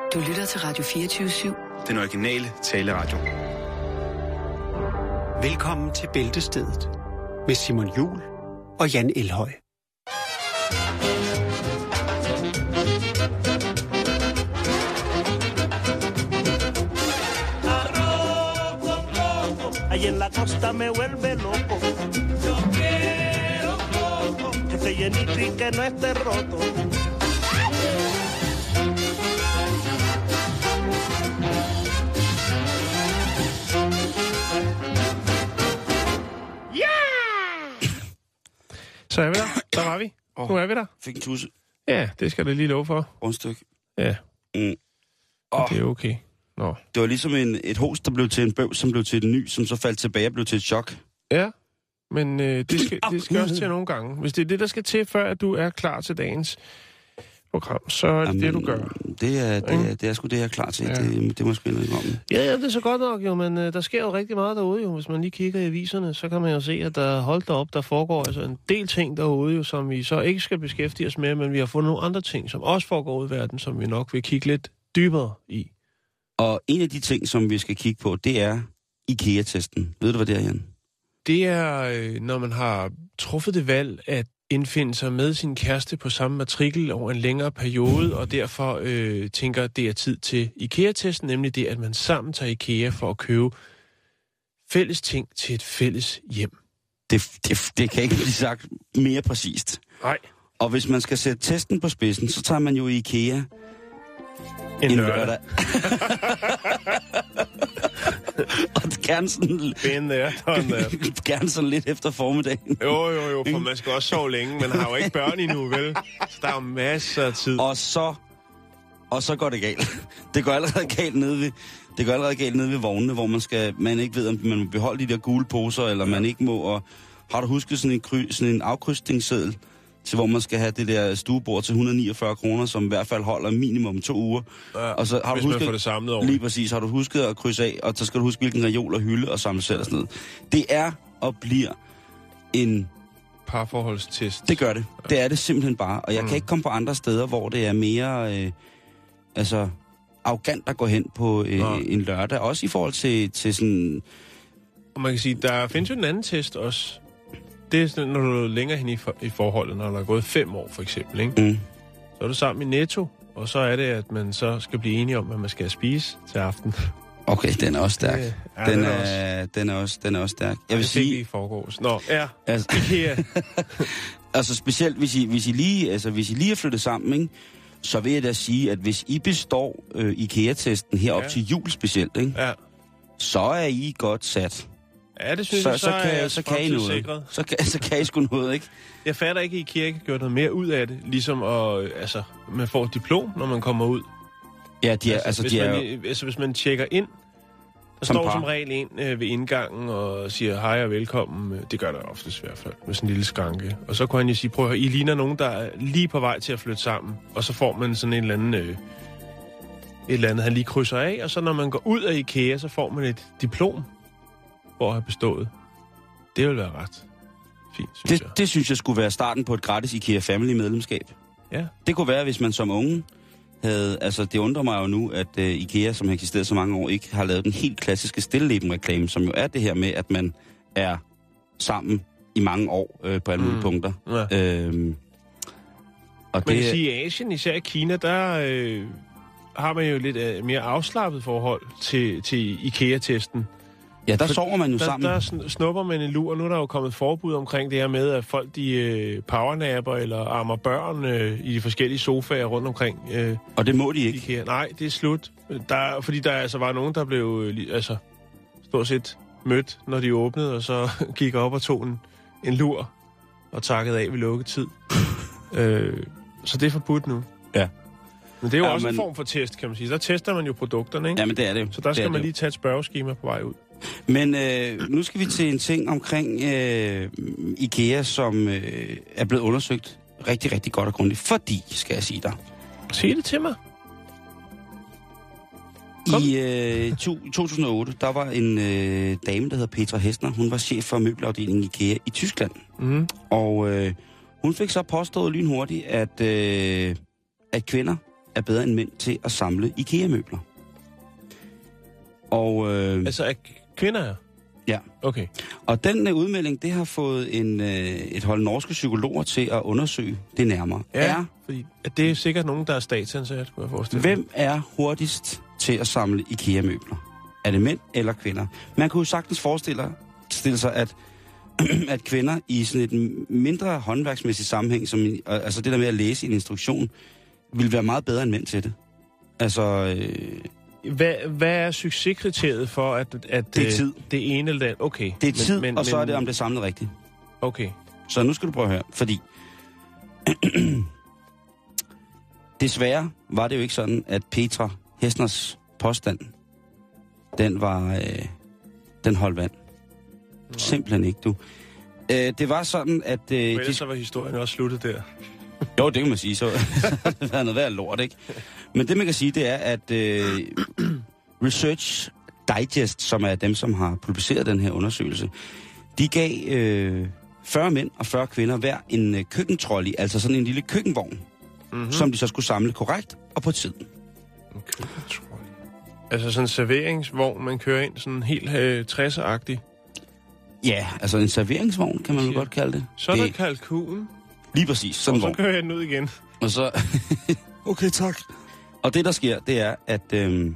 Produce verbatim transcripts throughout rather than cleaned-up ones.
Du lytter til Radio fireogtyve syv. Den originale taleradio. Velkommen til Bæltestedet med Simon Juhl og Jan Elhøj. Ahí en la costa me vuelve loco. Yo quiero coco. Que esté llenito y que no esté roto. Så er vi der. Der var vi. Oh, nu er vi der. Fik en tusse. Ja, det skal det lige love for. Rundstykke. Ja. Mm. Oh. Det er okay. Nå. Det var ligesom en, et host, der blev til en bøv, som blev til en ny, som så faldt tilbage og blev til et chok. Ja, men øh, det skal, det skal også til nogle gange. Hvis det er det, der skal til, før at du er klar til dagens program, så er det Jamen, det, du gør. Det er, det, er, det er sgu det, jeg er klar til. Ja. Det, det må jeg sgu ikke om. Ja, ja, det er så godt nok jo, men øh, der sker jo rigtig meget derude jo. Hvis man lige kigger i aviserne, så kan man jo se, at der holdt derop, der foregår altså en del ting derude jo, som vi så ikke skal beskæftige os med, men vi har fundet nogle andre ting, som også foregår ud i verden, som vi nok vil kigge lidt dybere i. Og en af de ting, som vi skal kigge på, det er IKEA-testen. Ved du, hvad det er, Jan? Det er, øh, når man har truffet det valg at indfinde sig med sin kæreste på samme matrikel over en længere periode, og derfor øh, tænker, at det er tid til IKEA-testen, nemlig det, at man sammen tager IKEA for at købe fælles ting til et fælles hjem. Det, det, det kan ikke blive sagt mere præcist. Nej. Og hvis man skal sætte testen på spidsen, så tager man jo i IKEA en, en lørdag. lørdag. Og gerne sådan, ben der, der. gerne sådan lidt efter formiddagen. Jo, jo, jo, for man skal også sove længe. Man har jo ikke børn endnu, vel? Så der er jo masser af tid. Og så, og så går det galt. Det går allerede galt nede ved, det går allerede galt nede ved vognene, hvor man, skal, man ikke ved, om man må beholde de der gule poser, eller man ikke må. Og har du husket sådan en, kry, sådan en afkrydsningsseddel, til hvor man skal have det der stuebord til et hundrede og niogfyrre kroner, som i hvert fald holder minimum to uger. Ja, og så har hvis du husket, man får det samlet over. Lige præcis, har du husket at krydse af, og så skal du huske, hvilken reol og hylde og samle selv og sådan noget. Det er og bliver en parforholdstest. Det gør det. Ja. Det er det simpelthen bare. Og jeg mm. kan ikke komme på andre steder, hvor det er mere øh, altså arrogant at gå hen på øh, ja. en lørdag. Også i forhold til, til sådan... Og man kan sige, der findes jo en anden test også. Det er sådan, når du er længere hen i, for, i forholdet, når der er gået fem år for eksempel, ikke? Mm. Så er du sammen i Netto, og så er det, at man så skal blive enige om, hvad man skal spise til aften. Okay, den er også stærk. Ja, den, er, er også. den er også den er også stærk. Jeg vil det sige, det foregås. Nå, ja. Altså, IKEA. altså specielt hvis I hvis I lige altså hvis I lige er flyttet sammen, ikke? Så vil jeg da sige, at hvis I består øh, IKEA-testen herop ja. til jul specielt, ikke? Ja. Så er I godt sat. Ja, det synes så, jeg, så, så, så kan, så kan I noget. Så kan, så kan I sgu noget, ikke? Jeg fatter ikke, at IKEA ikke gjort noget mere ud af det. Ligesom at, altså, man får et diplom, når man kommer ud. Ja, de er, altså, altså hvis de er man, jo... Altså, hvis man tjekker ind, der som står par. som regel en øh, ved indgangen og siger hej og velkommen. Det gør der oftest i hvert fald, med sådan en lille skranke. Og så kunne han jo sige, prøv at høre, I ligner nogen, der er lige på vej til at flytte sammen. Og så får man sådan en eller anden... Øh, et eller andet, han lige krydser af. Og så når man går ud af IKEA, så får man et diplom for at have bestået. Det vil være ret fint, synes det, jeg. Det synes jeg skulle være starten på et gratis IKEA Family medlemskab. Ja. Det kunne være, hvis man som unge havde... Altså, det undrer mig jo nu, at uh, IKEA, som har eksisteret så mange år, ikke har lavet den helt klassiske stilleben-reklame, som jo er det her med, at man er sammen i mange år øh, på alle mulige mm. punkter. Ja. Øhm, og man det, kan sige, i Asien, især i Kina, der øh, har man jo lidt øh, mere afslappet forhold til, til IKEA-testen. Ja, der For, sover man jo der, sammen. Der snupper man en lur, og nu er der jo kommet forbud omkring det her med, at folk de øh, powernapper eller armer børn øh, i de forskellige sofaer rundt omkring. Øh, og det må de ikke? IKEA. Nej, det er slut. Der, fordi der altså var nogen, der blev øh, altså, stort set mødt, når de åbnede, og så gik op og tog en, en lur og takkede af ved lukketid. øh, så det er forbudt nu. Ja. Men det er jo ja, også men... en form for test, kan man sige. Der tester man jo produkterne, ikke? Ja, men det er det. Så der skal det man det. lige tage et spørgeskema på vej ud. Men øh, nu skal vi til en ting omkring øh, IKEA, som øh, er blevet undersøgt rigtig, rigtig godt og grundigt. Fordi, skal jeg sige dig. Sig det til mig. Kom. I øh, to tusind og otte, der var en øh, dame, der hedder Petra Hessner. Hun var chef for møbelafdelingen IKEA i Tyskland. Mm. Og øh, hun fik så påstået lynhurtigt, at, øh, at kvinder er bedre end mænd til at samle IKEA-møbler. Og, øh, altså, er kvinder er? Ja. Okay. Og den uh, udmelding, det har fået en, uh, et hold norske psykologer til at undersøge det nærmere. Ja, er, fordi at det er sikkert nogen, der er statsansat, kunne jeg forestille mig. Hvem er hurtigst til at samle IKEA-møbler? Er det mænd eller kvinder? Man kunne jo sagtens forestille stille sig, at, at kvinder i sådan et mindre håndværksmæssigt sammenhæng, som, altså det der med at læse en instruktion, ville være meget bedre end mænd til det. Altså... Øh, Hvad, hvad er succeskriteriet for, at, at det er tid. Det ene eller det andet? Okay. Det er tid, men, men, og så er det, om det er samlet rigtigt. Okay. Så nu skal du prøve at høre, fordi... Desværre var det jo ikke sådan, at Petra Hessners påstand, den var... Øh, den holdt vand. Nå. Simpelthen ikke, du. Øh, det var sådan, at... Øh, ellers de... så var historien også sluttet der. Jo, det kan man sige, så det er noget værd lort, ikke? Men det, man kan sige, det er, at øh, Research Digest, som er dem, som har publiceret den her undersøgelse, de gav øh, fyrre mænd og fyrre kvinder hver en øh, køkkentrolley, altså sådan en lille køkkenvogn, mm-hmm. som de så skulle samle korrekt og på tid. En køkkentrolley? Altså sådan en serveringsvogn, man kører ind, sådan helt øh, tresser-agtig? Ja, altså en serveringsvogn, kan man jo godt kalde det. Så er det... der kalkun. Lige præcis, sådan og så kører jeg den ud igen. Og så... okay, tak. Og det, der sker, det er, at øh,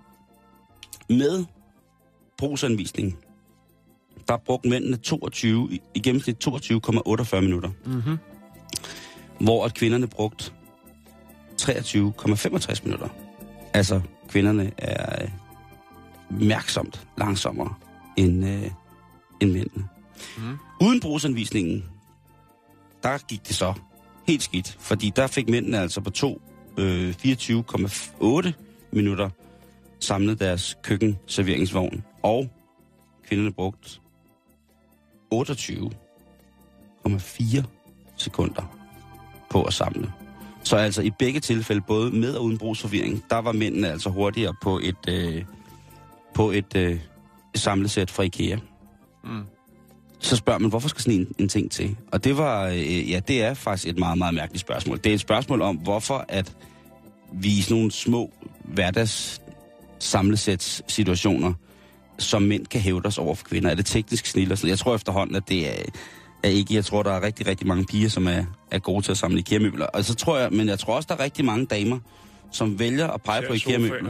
med brugsanvisning, der brugte mændene toogtyve, i, i gennemsnit toogtyve komma otteogfyrre minutter. Mm-hmm. Hvor at kvinderne brugte treogtyve komma femogtres minutter. Altså, kvinderne er øh, mærksomt langsommere end, øh, end mændene. Mm. Uden brugsanvisningen, der gik det så helt skidt, fordi der fik mændene altså på to, øh, fireogtyve komma otte minutter samlet deres køkkenserveringsvogn, og kvinderne brugte otteogtyve komma fire sekunder på at samle. Så altså i begge tilfælde, både med og uden brugsforvirring, der var mændene altså hurtigere på et, øh, på et øh, samlesæt fra IKEA. Mm. Så spørger man, hvorfor skal sådan en, en ting til? Og det var, øh, ja, det er faktisk et meget, meget mærkeligt spørgsmål. Det er et spørgsmål om, hvorfor at vi i sådan nogle små hverdags samlesætssituationer, som mænd kan hævde os over for kvinder. Er det teknisk snil og sådan? Jeg tror efterhånden, at det er, er ikke... Jeg tror, der er rigtig, rigtig mange piger, som er, er gode til at samle IKEA-møbler. Og så tror jeg, men jeg tror også, der er rigtig mange damer, som vælger at pege på IKEA-møbler.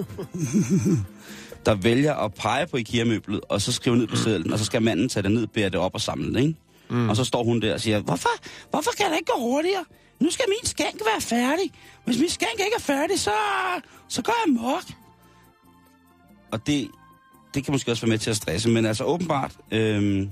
der vælger at pege på IKEA-møblet, og så skrive ned på sedlen, og så skal manden tage det ned, bære det op og samle det, ikke? Mm. Og så står hun der og siger, hvorfor, hvorfor kan det ikke gå hurtigere? Nu skal min skænk være færdig. Hvis min skænk ikke er færdig, så, så går jeg mok. Og det, det kan måske også være med til at stresse, men altså åbenbart, øhm,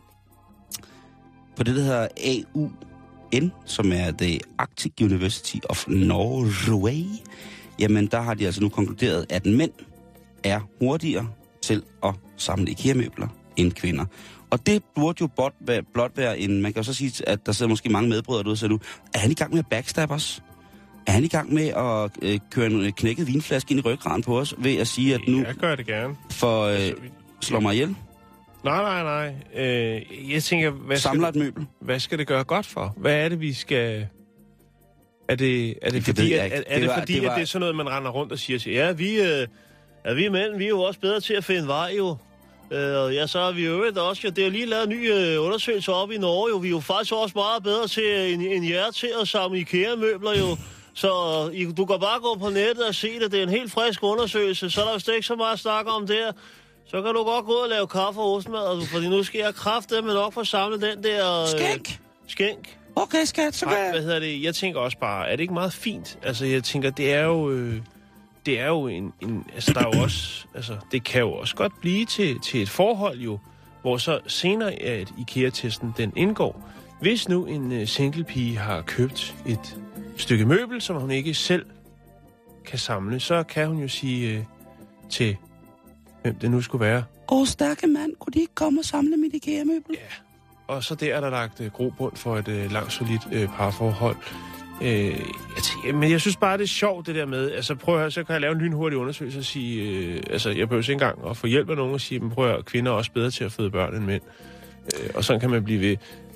på det, der hedder A U N, som er The Arctic University of Norway, jamen der har de altså nu konkluderet, at mænd er hurtigere til at samle IKEA-møbler end kvinder. Og det burde jo blot være, blot være en... Man kan jo så sige, at der sidder måske mange medbrødre derude, så nu, er han i gang med at backstab os? Er han i gang med at øh, køre en knækket vinflaske ind i ryggraden på os, ved at sige, at nu... Jeg gør det gerne. For øh, slår mig ihjel? Nej, nej, nej. Øh, jeg tænker, hvad Samler skal, et møbel? Hvad skal det gøre godt for? Hvad er det, vi skal... Er det, er det, det fordi, at, er, er det, det, var, fordi det, var... at det er sådan noget, man render rundt og siger til, ja, vi, øh, ja, vi mænd, vi er jo også bedre til at finde vej, jo. Øh, ja, så har vi jo øvrigt også, jo, det er lige lavet en ny øh, undersøgelse op i Norge, jo. Vi er jo faktisk også meget bedre til end, end jer til at samle IKEA-møbler, jo. Så I, du kan bare gå på nettet og se det. Det er en helt frisk undersøgelse, så er der jo ikke så meget at snakke om der. Så kan du godt gå ud og lave kaffe og ostmad, fordi nu skal jeg kraftedeme nok få samlet den der... Øh, skænk? Skænk. Okay, skat, så kan jeg... hvad hedder det? Jeg tænker også bare, er det ikke meget fint? Altså, jeg tænker, det er jo... Øh, det er jo en, en... Altså, der er jo også... Altså, det kan jo også godt blive til, til et forhold, jo, hvor så senere at IKEA-testen, den indgår. Hvis nu en uh, single pige har købt et stykke møbel, som hun ikke selv kan samle, så kan hun jo sige uh, til... hvem det nu skulle være. Åh, stærke mand, kunne de ikke komme og samle mit IKEA-møbel? Ja, og så der er der lagt uh, grobund for et uh, langt, solidt uh, parforhold. Uh, jeg tænker, men jeg synes bare, det er sjovt, det der med, altså prøv at høre, så kan jeg lave en lynhurtig undersøgelse og sige, uh, altså jeg behøver ikke engang at få hjælp af nogen og sige, men prøv at høre, kvinder er også bedre til at føde børn end mænd. Uh, og sådan kan man blive ved.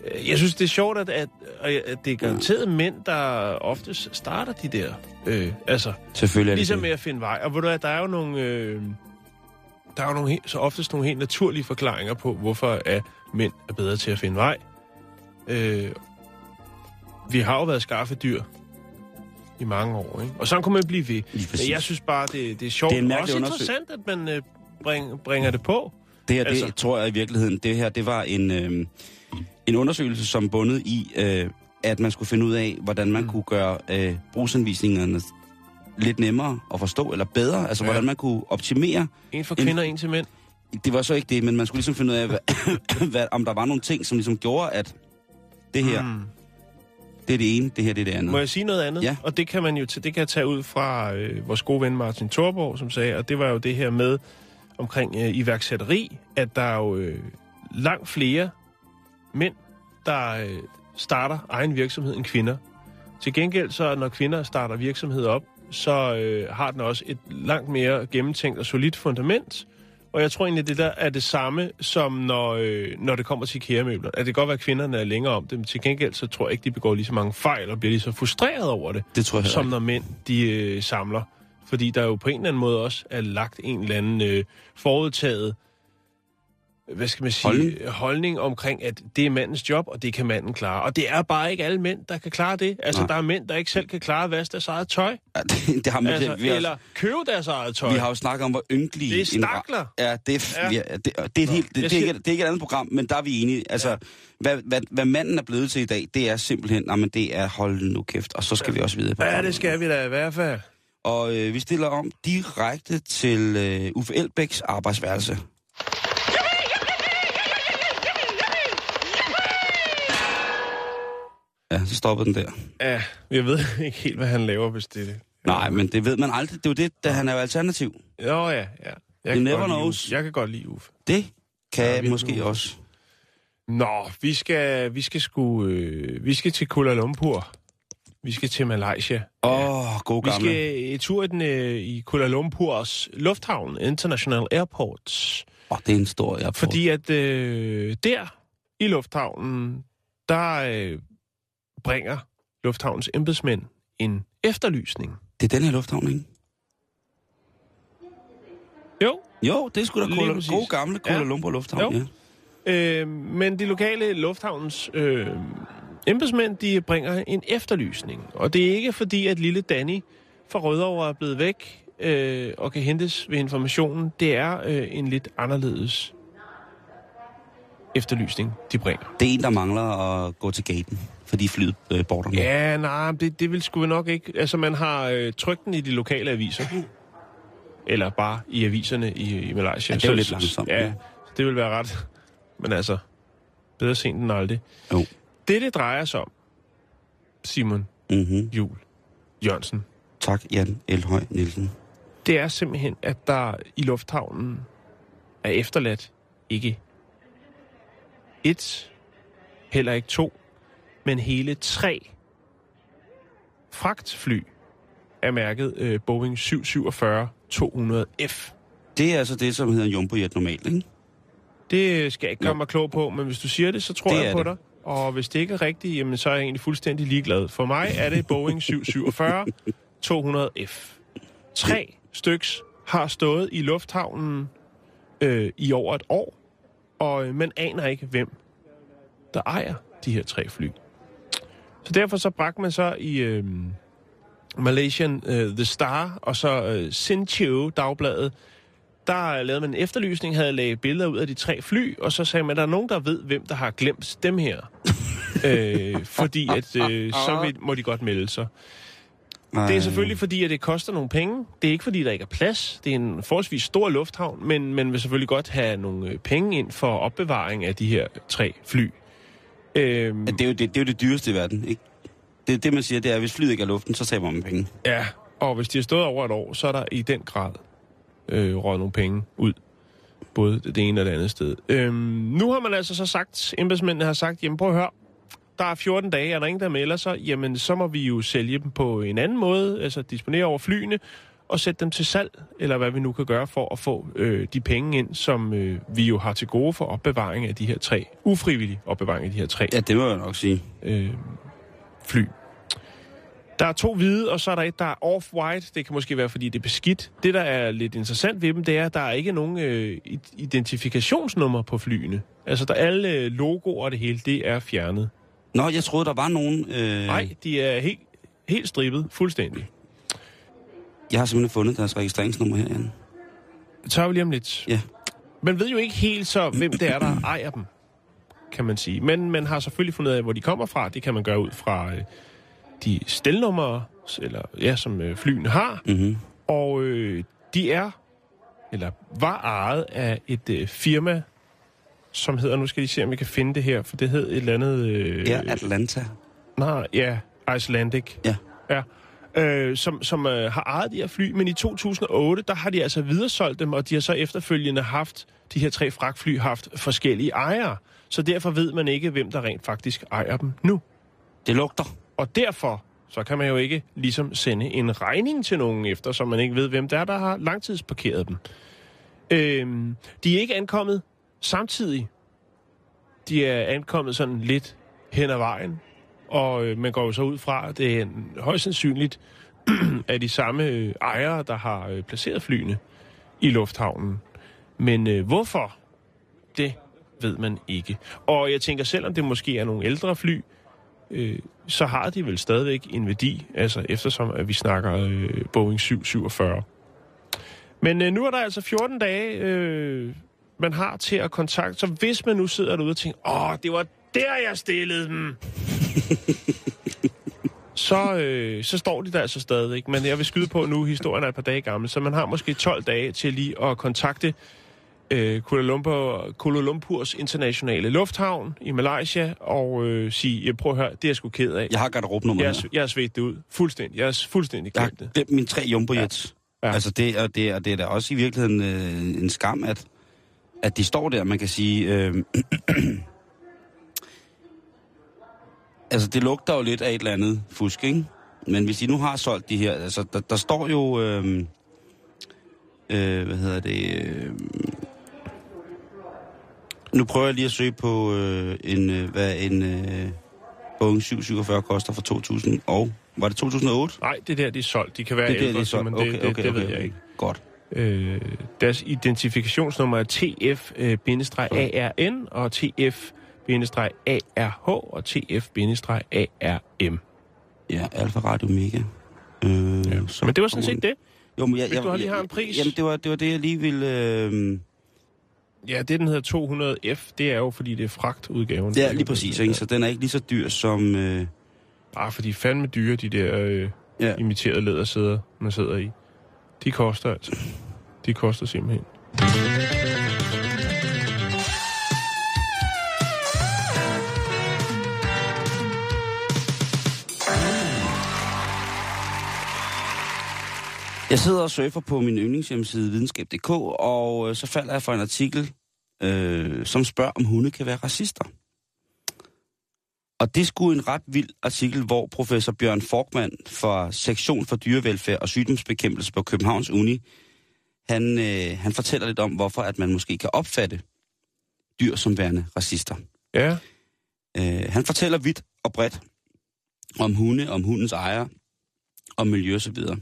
Jeg synes, det er sjovt, at, at, at det er garanteret mænd, der oftest starter de der. Øh, altså, Selvfølgelig er det ligesom det. med at finde vej. Og ved du hvad, der er jo nogle... Øh, der er jo nogle helt, så oftest nogle helt naturlige forklaringer på, hvorfor at mænd er bedre til at finde vej. Øh, vi har jo været skaffedyr i mange år, ikke? Og sådan kunne man blive ved. Men jeg synes bare, det, det er sjovt. Det er også interessant, at man øh, bring, bringer det på. Det her, altså. det tror jeg i virkeligheden, det her, det var en, øh, en undersøgelse, som bundet i, øh, at man skulle finde ud af, hvordan man mm. kunne gøre øh, brugsanvisningerne lidt nemmere at forstå, eller bedre. Altså, ja. hvordan man kunne optimere. En for kvinder, en, en til mænd. Det var så ikke det, men man skulle ligesom finde ud af, hvad, hvad, om der var nogle ting, som ligesom gjorde, at det her, mm. det er det ene, det her det er det andet. Må jeg sige noget andet? Ja. Og det kan man jo det kan jeg tage ud fra øh, vores gode ven Martin Thorborg, som sagde, og det var jo det her med omkring øh, iværksætteri, at der er jo øh, langt flere mænd, der øh, starter egen virksomhed end kvinder. Til gengæld så, når kvinder starter virksomhed op, så øh, har den også et langt mere gennemtænkt og solidt fundament. Og jeg tror egentlig, det der er det samme, som når, øh, når det kommer til IKEA-møbler. At det kan godt være, at kvinderne er længere om det, men til gengæld så tror jeg ikke, de begår lige så mange fejl og bliver lige så frustreret over det, det tror jeg som ikke. når mænd de øh, samler. Fordi der jo på en eller anden måde også er lagt en eller anden øh, forudtaget hvad skal man sige, holdning. holdning omkring, at det er mandens job, og det kan manden klare. Og det er bare ikke alle mænd, der kan klare det. Altså, Nej. der er mænd, der ikke selv kan klare at vaske deres eget tøj. Ja, det, det har man, altså, det, vi har, eller købe deres eget tøj. Vi har jo snakket om, hvor ynkelige... Det er stakler. Ja, det er, ja. Ja, det, det, er et helt, det, det, er ikke, det er ikke et andet program, men der er vi enige. Altså, ja. hvad, hvad, hvad manden er blevet til i dag, det er simpelthen, jamen det er hold nu kæft, og så skal ja. vi også videre på. Ja, det skal vi da i hvert fald. Og øh, vi stiller om direkte til øh, Uffe Elbæks arbejdsværelse. Ja, så stoppede den der. Ja, jeg ved ikke helt, hvad han laver, hvis det er det. Nej, men det ved man aldrig. Det er jo det, da han er jo alternativ. Jo, ja, ja. Jeg You never knows. Jeg kan godt lide Uffe. Det kan ja, jeg måske nu. også. Nå, vi skal, vi skal sgu, øh, vi skal til Kuala Lumpur. Vi skal til Malaysia. Åh, oh, god gamle. Vi skal i tur i, den, øh, i Kuala Lumpurs lufthavn, International Airport. Åh, oh, det er en stor airport. Fordi at øh, der i lufthavnen, der øh, bringer lufthavnens embedsmænd en efterlysning. Det er den her lufthavn, ikke? Jo. Jo, det er sgu da Kuala, god gamle Kuala ja. Lumpur lufthavn, jo. ja. Øh, men de lokale lufthavns øh, embedsmænd, de bringer en efterlysning. Og det er ikke fordi, at lille Danny fra Rødovre er blevet væk øh, og kan hentes ved informationen. Det er øh, en lidt anderledes efterlysning, de bringer. Det er en, der mangler at gå til gaten, fordi flyet øh, border nu. Ja, nej, det, det vil sgu nok ikke. Altså, man har øh, trykt den i de lokale aviser. Eller bare i aviserne i, i Malaysia. Ja, det er jo lidt langsomt. Ja, ja, det vil være ret. Men altså, bedre sent end aldrig. Jo. Det, det drejer sig om, Simon mm-hmm. Juhl Jørgensen. Tak, Jan Elhøj Nielsen. Det er simpelthen, at der i lufthavnen er efterladt ikke et, heller ikke to, men hele tre fragtfly er mærket øh, Boeing syv syvogfyrre to hundrede F. Det er altså det, som hedder en jumbojet normalt, ikke? Det skal jeg ikke gøre mig klog på, men hvis du siger det, så tror det jeg på det. dig. Og hvis det ikke er rigtigt, jamen, så er jeg egentlig fuldstændig ligeglad. For mig er det Boeing syv syvogfyrre to hundrede F. Tre styks har stået i lufthavnen øh, i over et år, og øh, man aner ikke, hvem der ejer de her tre fly. Så derfor så bragte man så i øh, Malaysian øh, The Star og så øh, Sinchio Dagbladet, der lavede man en efterlysning, havde lavet billeder ud af de tre fly, og så sagde man, at der er nogen, der ved, hvem der har glemt dem her. øh, fordi at, øh, så vil, må de godt melde sig. Ej. Det er selvfølgelig fordi, at det koster nogle penge. Det er ikke fordi, der ikke er plads. Det er en forholdsvis stor lufthavn, men man vil selvfølgelig godt have nogle penge ind for opbevaring af de her tre fly. Øhm, ja, det, er jo det, det er jo det dyreste i verden, ikke? Det, det man siger, det er, at hvis flyet ikke er luften, så taber man penge. Ja, og hvis de har stået over et år, så er der i den grad øh, røget nogle penge ud. Både det ene og det andet sted. Øhm, nu har man altså så sagt, embedsmændene har sagt, jamen prøv at høre, der er fjorten dage, er der ingen, der melder sig, jamen så må vi jo sælge dem på en anden måde, altså disponere over flyene, og sætte dem til salg, eller hvad vi nu kan gøre for at få øh, de penge ind, som øh, vi jo har til gode for opbevaring af de her tre, ufrivillig opbevaring af de her tre. Ja, det må jeg nok sige. Øh, fly. Der er to hvide, og så er der et, der er off-white. Det kan måske være, fordi det er beskidt. Det, der er lidt interessant ved dem, det er, at der er ikke nogen øh, identifikationsnummer på flyene. Altså, der alle logoer og det hele, det er fjernet. Nå, jeg troede, der var nogen... Øh... Nej, de er helt, helt strippet, fuldstændig. Jeg har simpelthen fundet deres registreringsnummer her, Jan. Det tager vi lige om lidt. Ja. Man ved jo ikke helt så, hvem det er, der ejer dem, kan man sige. Men man har selvfølgelig fundet ud af, hvor de kommer fra. Det kan man gøre ud fra øh, de stelnumre, eller, ja, som øh, flyene har. Mm-hmm. Og øh, de er, eller var ejet af et øh, firma, som hedder, nu skal I se, om jeg kan finde det her, for det hed et eller andet... Øh, ja, Atlanta. Nej, ja, Icelandic. Ja. Ja. Øh, som som øh, har ejet de her fly, men i to tusind og otte, der har de altså videresolgt dem, og de har så efterfølgende haft, de her tre fragtfly, haft forskellige ejere. Så derfor ved man ikke, hvem der rent faktisk ejer dem nu. Det lugter. Og derfor, så kan man jo ikke ligesom sende en regning til nogen efter, så man ikke ved, hvem der er, der har langtidsparkeret dem. Øh, de er ikke ankommet samtidig. De er ankommet sådan lidt hen ad vejen. Og øh, man går jo så ud fra, at det er højst sandsynligt af de samme øh, ejere, der har øh, placeret flyene i lufthavnen. Men øh, hvorfor? Det ved man ikke. Og jeg tænker, selvom det måske er nogle ældre fly, øh, så har de vel stadigvæk en værdi, altså eftersom at vi snakker øh, Boeing syv syvogfyrre. Men øh, nu er der altså fjorten dage, øh, man har til at kontakte. Så hvis man nu sidder derude og tænker, åh, det var der, jeg stillede dem. så, øh, så står de der altså stadigvæk. Men jeg vil skyde på nu, historien er et par dage gammel, så man har måske tolv dage til lige at kontakte øh, Kuala Lumpur, Kuala Lumpurs internationale lufthavn i Malaysia og øh, sige, jeg prøver at høre, det er jeg sgu ked af. Jeg har garderobnummer her. Jeg har svedt det ud. Fuldstændig. Jeg er fuldstændig Jeg glemt det. har glemt mine tre jumbojets. Ja. Ja. Altså det, og det, og det er da også i virkeligheden øh, en skam, at, at de står der, man kan sige... Øh, altså, det lugter jo lidt af et eller andet fusk, ikke? Men hvis de nu har solgt de her... Altså, der, der står jo... Øh, øh, hvad hedder det... Øh, nu prøver jeg lige at søge på, øh, en, øh, hvad en øh, Boeing syv syvogfyrre koster for to tusind og... Var det to tusind og otte? Nej, det der, de er solgt. De kan være det ældre, der, de er solgt. men Okay, det, okay, det, det okay, ved okay. jeg ikke. Godt. Øh, deres identifikationsnummer er T F A R N og T F A R H og T F A R M. Ja, Alfa Radio Mega. Øh, ja. så Men det var sådan set det. Jo, men jeg, Hvis jeg, du lige jeg, har en pris. Jamen, det var, det var det, jeg lige ville... Øh... Ja, det den hedder to hundrede F, det er jo, fordi det er fragtudgaven. Ja, lige præcis, ikke? Så den er ikke lige så dyr som... Øh... Ah, for de er fandme dyre, de der øh, ja. imiterede lædersæder, man sidder i. De koster altså. De koster simpelthen. Jeg sidder og surfer på min yndlingshjemmeside videnskab punktum d k, og øh, så falder jeg for en artikel, øh, som spørger, om hunde kan være racister. Og det skulle en ret vild artikel, hvor professor Bjørn Forkmann fra Sektion for Dyrevelfærd og Sygdomsbekæmpelse på Københavns Uni, han, øh, han fortæller lidt om, hvorfor at man måske kan opfatte dyr som værende racister. Ja. Øh, han fortæller vidt og bredt om hunde, om hundens ejer, om miljø og så videre.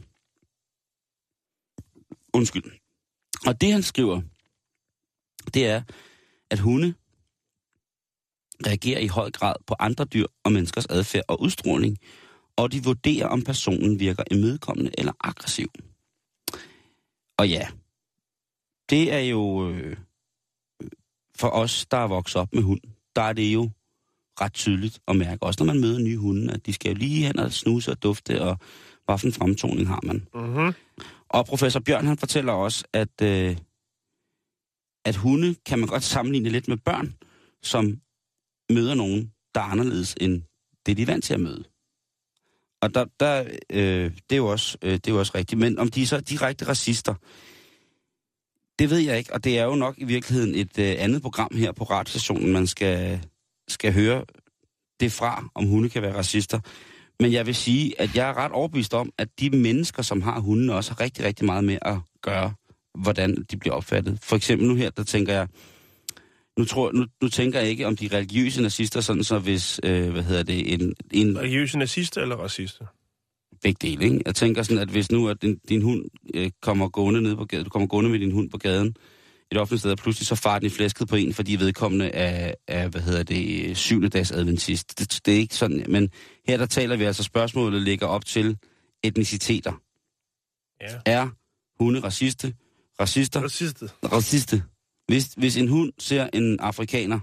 Undskyld. Og det han skriver, det er, at hunde reagerer i høj grad på andre dyr og menneskers adfærd og udstråling, og de vurderer, om personen virker imødekommende eller aggressiv. Og ja, det er jo øh, for os, der er vokset op med hund, der er det jo ret tydeligt at mærke, også når man møder nye hunde, at de skal jo lige hen og snuse og dufte, og hvad for en fremtoning har man. Mm-hmm. Og professor Bjørn, han fortæller også, at, øh, at hunde kan man godt sammenligne lidt med børn, som møder nogen, der er anderledes end det, de er vant til at møde. Og der, der, øh, det, er jo også, øh, det er jo også rigtigt. Men om de er så direkte racister, det ved jeg ikke. Og det er jo nok i virkeligheden et øh, andet program her på radiostationen, man skal, skal høre det fra, om hunde kan være racister. Men jeg vil sige, at jeg er ret overbevist om, at de mennesker, som har hundene, også har rigtig, rigtig meget med at gøre, hvordan de bliver opfattet. For eksempel nu her, der tænker jeg, nu, tror, nu, nu tænker jeg ikke om de religiøse nazister, sådan så hvis, øh, hvad hedder det, en... en religiøse nazister eller racister? Begge dele, ikke? Jeg tænker sådan, at hvis nu at din, din hund øh, kommer gående ned på gaden, du kommer gående med din hund på gaden, et offentligt sted, og pludselig så farer den i flæsket på en, fordi vedkommende er, er hvad hedder det, syvende dags adventist. Det, det er ikke sådan, men her der taler vi altså, spørgsmålet ligger op til etniciteter. Ja. Er hunde raciste? Racister? Raciste. Raciste. Hvis, hvis en hund ser en afrikaner,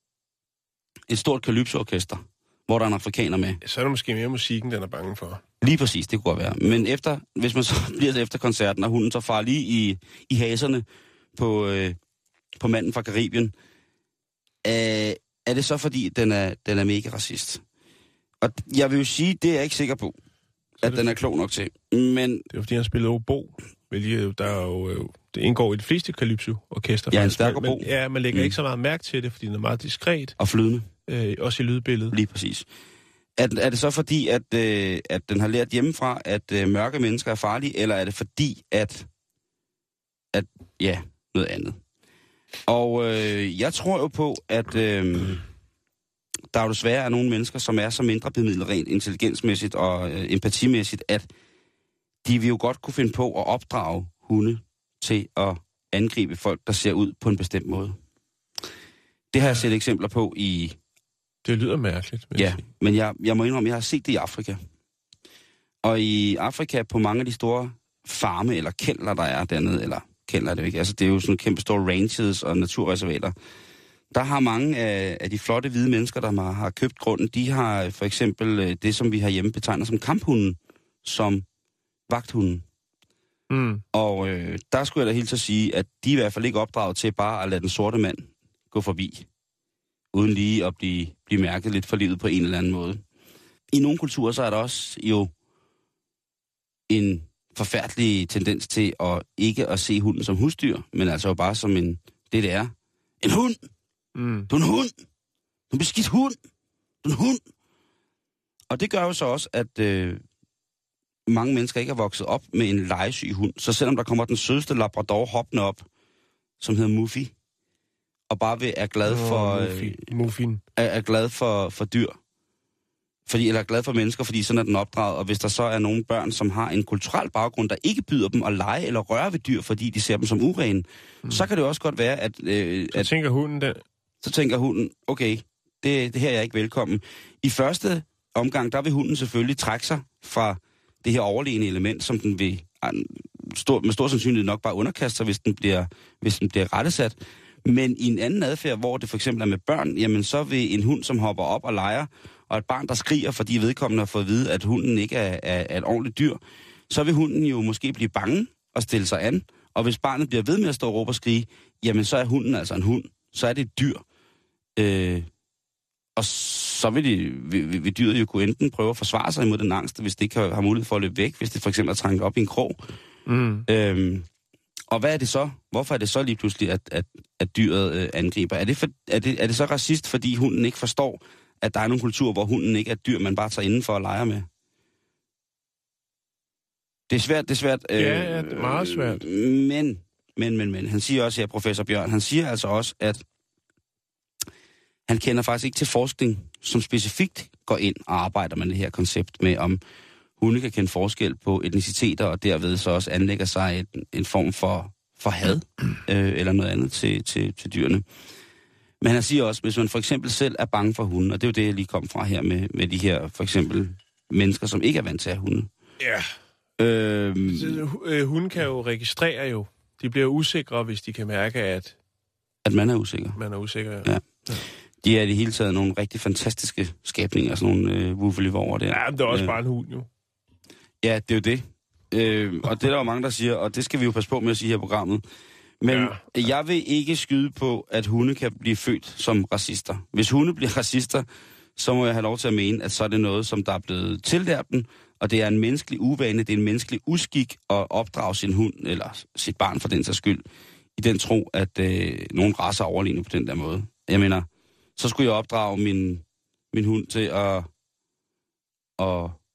et stort kalypso-orkester, hvor der er en afrikaner med. Så er det måske mere musikken, den er bange for. Lige præcis, det kunne godt være. Men efter, hvis man så bliver efter koncerten, og hunden så far lige i, i haserne på, øh, på manden fra Karibien, øh, er det så fordi, den er, den er mega racist? Og jeg vil jo sige, det er jeg ikke sikker på, at det, den er klog nok til. Men det er fordi, han spiller obo. Hvilket der er jo, øh, det indgår i de fleste kalypso-orkester. Ja, en stærk obo. Ja, man lægger mm. ikke så meget mærke til det, fordi den er meget diskret. Og flydende. Øh, også i lydbilledet. Lige præcis. Er, er det så fordi, at, øh, at den har lært hjemmefra, at øh, mørke mennesker er farlige, eller er det fordi, at, at ja, noget andet? Og øh, jeg tror jo på, at øh, der er jo desværre er nogle mennesker, som er så mindre bemidlet rent intelligensmæssigt og øh, empatimæssigt, at de vil jo godt kunne finde på at opdrage hunde til at angribe folk, der ser ud på en bestemt måde. Det har jeg set eksempler på i... Det lyder mærkeligt. Ja, men jeg, jeg må indrømme, jeg har set det i Afrika. Og i Afrika, på mange af de store farme eller kælder, der er dernede, eller kælder er det jo ikke, altså det er jo sådan kæmpe store ranches og naturreservater, der har mange af, af de flotte hvide mennesker, der har, har købt grunden, de har for eksempel det, som vi herhjemme betegner som kamphunden, som vagthunden. Mm. Og øh, der skulle jeg da helt til at sige, at de er i hvert fald ikke opdraget til bare at lade den sorte mand gå forbi, uden lige at blive, blive mærket lidt for livet på en eller anden måde. I nogle kulturer, så er der også jo en forfærdelig tendens til at ikke at se hunden som husdyr, men altså jo bare som en, det det er. En hund! Mm. Du er en hund! Du er en beskidt hund! Du er en hund! Og det gør jo så også, at øh, mange mennesker ikke er vokset op med en legesyg hund. Så selvom der kommer den sødeste labrador hoppende op, som hedder Muffy, og bare vil, er glad for, oh, Muffy. Muffin. er, er glad for, for dyr, fordi, eller er glad for mennesker, fordi sådan er den opdraget. Og hvis der så er nogle børn, som har en kulturel baggrund, der ikke byder dem at lege eller røre ved dyr, fordi de ser dem som urene, mm. så kan det også godt være, at... Øh, så at, tænker hunden der... Så tænker hunden, okay, det, det her er jeg ikke velkommen. I første omgang, der vil hunden selvfølgelig trække sig fra det her overlegne element, som den vil stor, med stor sandsynlighed nok bare underkaste sig, hvis den bliver, hvis den bliver rettesat. Men i en anden adfærd, hvor det for eksempel er med børn, jamen så vil en hund, som hopper op og leger, og et barn, der skriger, fordi vedkommende har fået at vide, at hunden ikke er, er, er et ordentligt dyr, så vil hunden jo måske blive bange og stille sig an. Og hvis barnet bliver ved med at stå og råbe og skrige, jamen så er hunden altså en hund. Så er det et dyr. Øh, og så vil, de, vil, vil dyret jo kunne enten prøve at forsvare sig imod den angst, hvis det ikke har, har mulighed for at løbe væk, hvis det for eksempel er trængt op i en krog. Mm. Øhm, og hvad er det så? Hvorfor er det så lige pludselig, at, at, at dyret øh, angriber? Er det, for, er, det, er det så racist, fordi hunden ikke forstår, at der er nogle kulturer, hvor hunden ikke er et dyr, man bare tager indenfor og leger med? Det er svært, det er svært. Øh, ja, ja, det er meget svært. Men, men, men, men, han siger også her, professor Bjørn, han siger altså også, at han kender faktisk ikke til forskning, som specifikt går ind og arbejder med det her koncept med, om hunde kan kende forskel på etniciteter, og derved så også anlægger sig et, en form for, for had, øh, eller noget andet til, til, til dyrene. Men han siger også, hvis man for eksempel selv er bange for hunde, og det er jo det, jeg lige kom fra her med, med de her, for eksempel, mennesker, som ikke er vant til at have hunde. Ja. Øhm, så, hunde kan jo registrere jo. De bliver usikre, hvis de kan mærke, at... At man er usikker. Man er usikker, ja. ja. ja. De er i det hele taget nogle rigtig fantastiske skabninger, sådan nogle øh, wuffelivorer der. Ja, men det er også øh, bare en hund, jo. Ja, det er jo det. Øh, og det er der jo mange, der siger, og det skal vi jo passe på med at sige her i programmet. Men ja. jeg vil ikke skyde på, at hunde kan blive født som racister. Hvis hunde bliver racister, så må jeg have lov til at mene, at så er det noget, som der er blevet tillært dem, og det er en menneskelig uvane, det er en menneskelig uskik at opdrage sin hund, eller sit barn for den sags skyld, i den tro, at øh, nogen racer overligner på den der måde. Jeg mener, så skulle jeg opdrage min, min hund til at, at,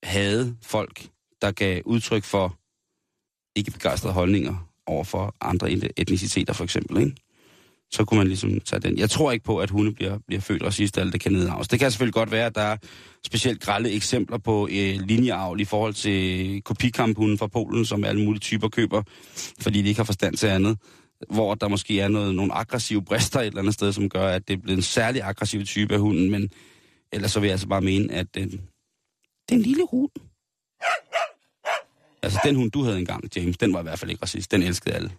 hade folk, der gav udtryk for ikke begejstrede holdninger over for andre etniciteter, for eksempel, ikke? Så kunne man ligesom tage den. Jeg tror ikke på, at hunde bliver, bliver født racist, eller det kan nedavs. Det kan selvfølgelig godt være, at der er specielt grelle eksempler på øh, linjeavl i forhold til kopikamphunden fra Polen, som alle mulige typer køber, fordi de ikke har forstand til andet. Hvor der måske er noget, nogle aggressive brister et eller andet sted, som gør, at det er blevet en særlig aggressiv type af hunden, men ellers så vil jeg altså bare mene, at øh, det er en lille hund. Altså den hund, du havde engang, James, den var i hvert fald ikke racist. Den elskede alle.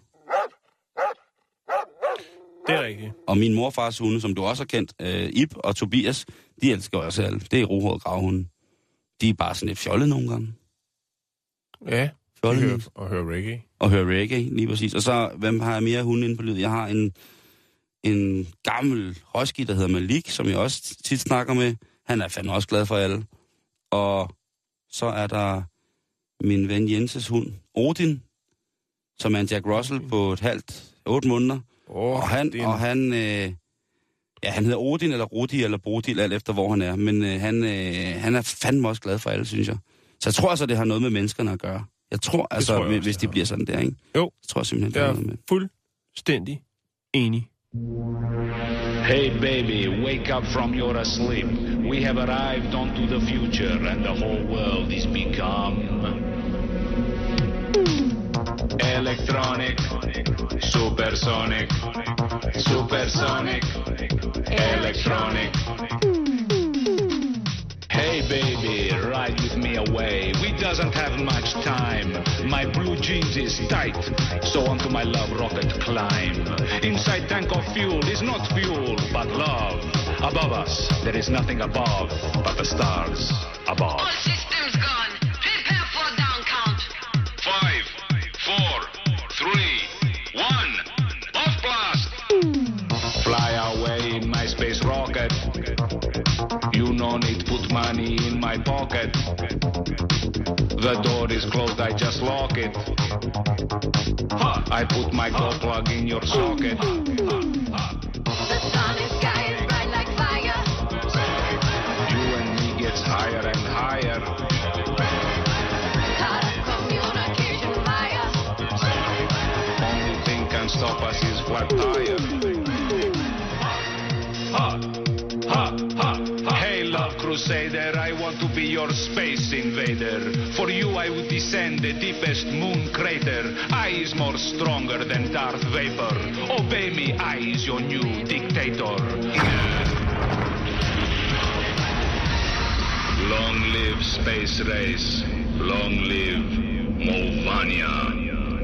Det er rigtigt. Og min morfars hunde, som du også har kendt, øh, Ib og Tobias, de elsker også alle. Det er rohåret gravhunde. De er bare sådan lidt fjollet nogle gange. Ja, og hører, og hører reggae. Og hører reggae, lige præcis. Og så, hvem har jeg mere hunde inde på lyd? Jeg har en, en gammel husky, der hedder Malik, som jeg også tit snakker med. Han er fandme også glad for alle. Og så er der min ven Jenses hund, Odin, som er en Jack Russell på et halvt, otte måneder. Oh, og han, en... og han, øh, ja, han hedder Odin, eller Rudi, eller Bodil, alt efter hvor han er. Men øh, han, øh, han er fandme også glad for alle, synes jeg. Så jeg tror altså, det har noget med menneskerne at gøre. Jeg tror altså, tror jeg også, hvis de bliver sådan der, ikke? Jo. Jeg tror simpelthen, det har noget med. Fuldstændig enig. Hey baby, wake up from your sleep. We have arrived onto the future and the whole world is become electronic, supersonic, supersonic, electronic. Hey baby, ride with me away. We doesn't have much time. My blue jeans is tight, so onto my love rocket climb. Inside tank of fuel is not fuel, but love. Above us, there is nothing above, but the stars above. All systems gone. Prepare for down count. Five, four, three, one, off blast! Fly away in my space rocket. You no need put money in my pocket. The door is closed, I just lock it. I put my gold plug in your socket. The sun and sky is bright like fire. You and me gets higher and higher. Start of communication via. Only thing can stop us is flat tire. Ha, ha, ha, ha. Hey love crusader, I want to be your space invader. For you I would descend the deepest moon crater. I is more stronger than Darth Vader. Obey me, I is your new dictator. Long live space race. Long live Mulvania.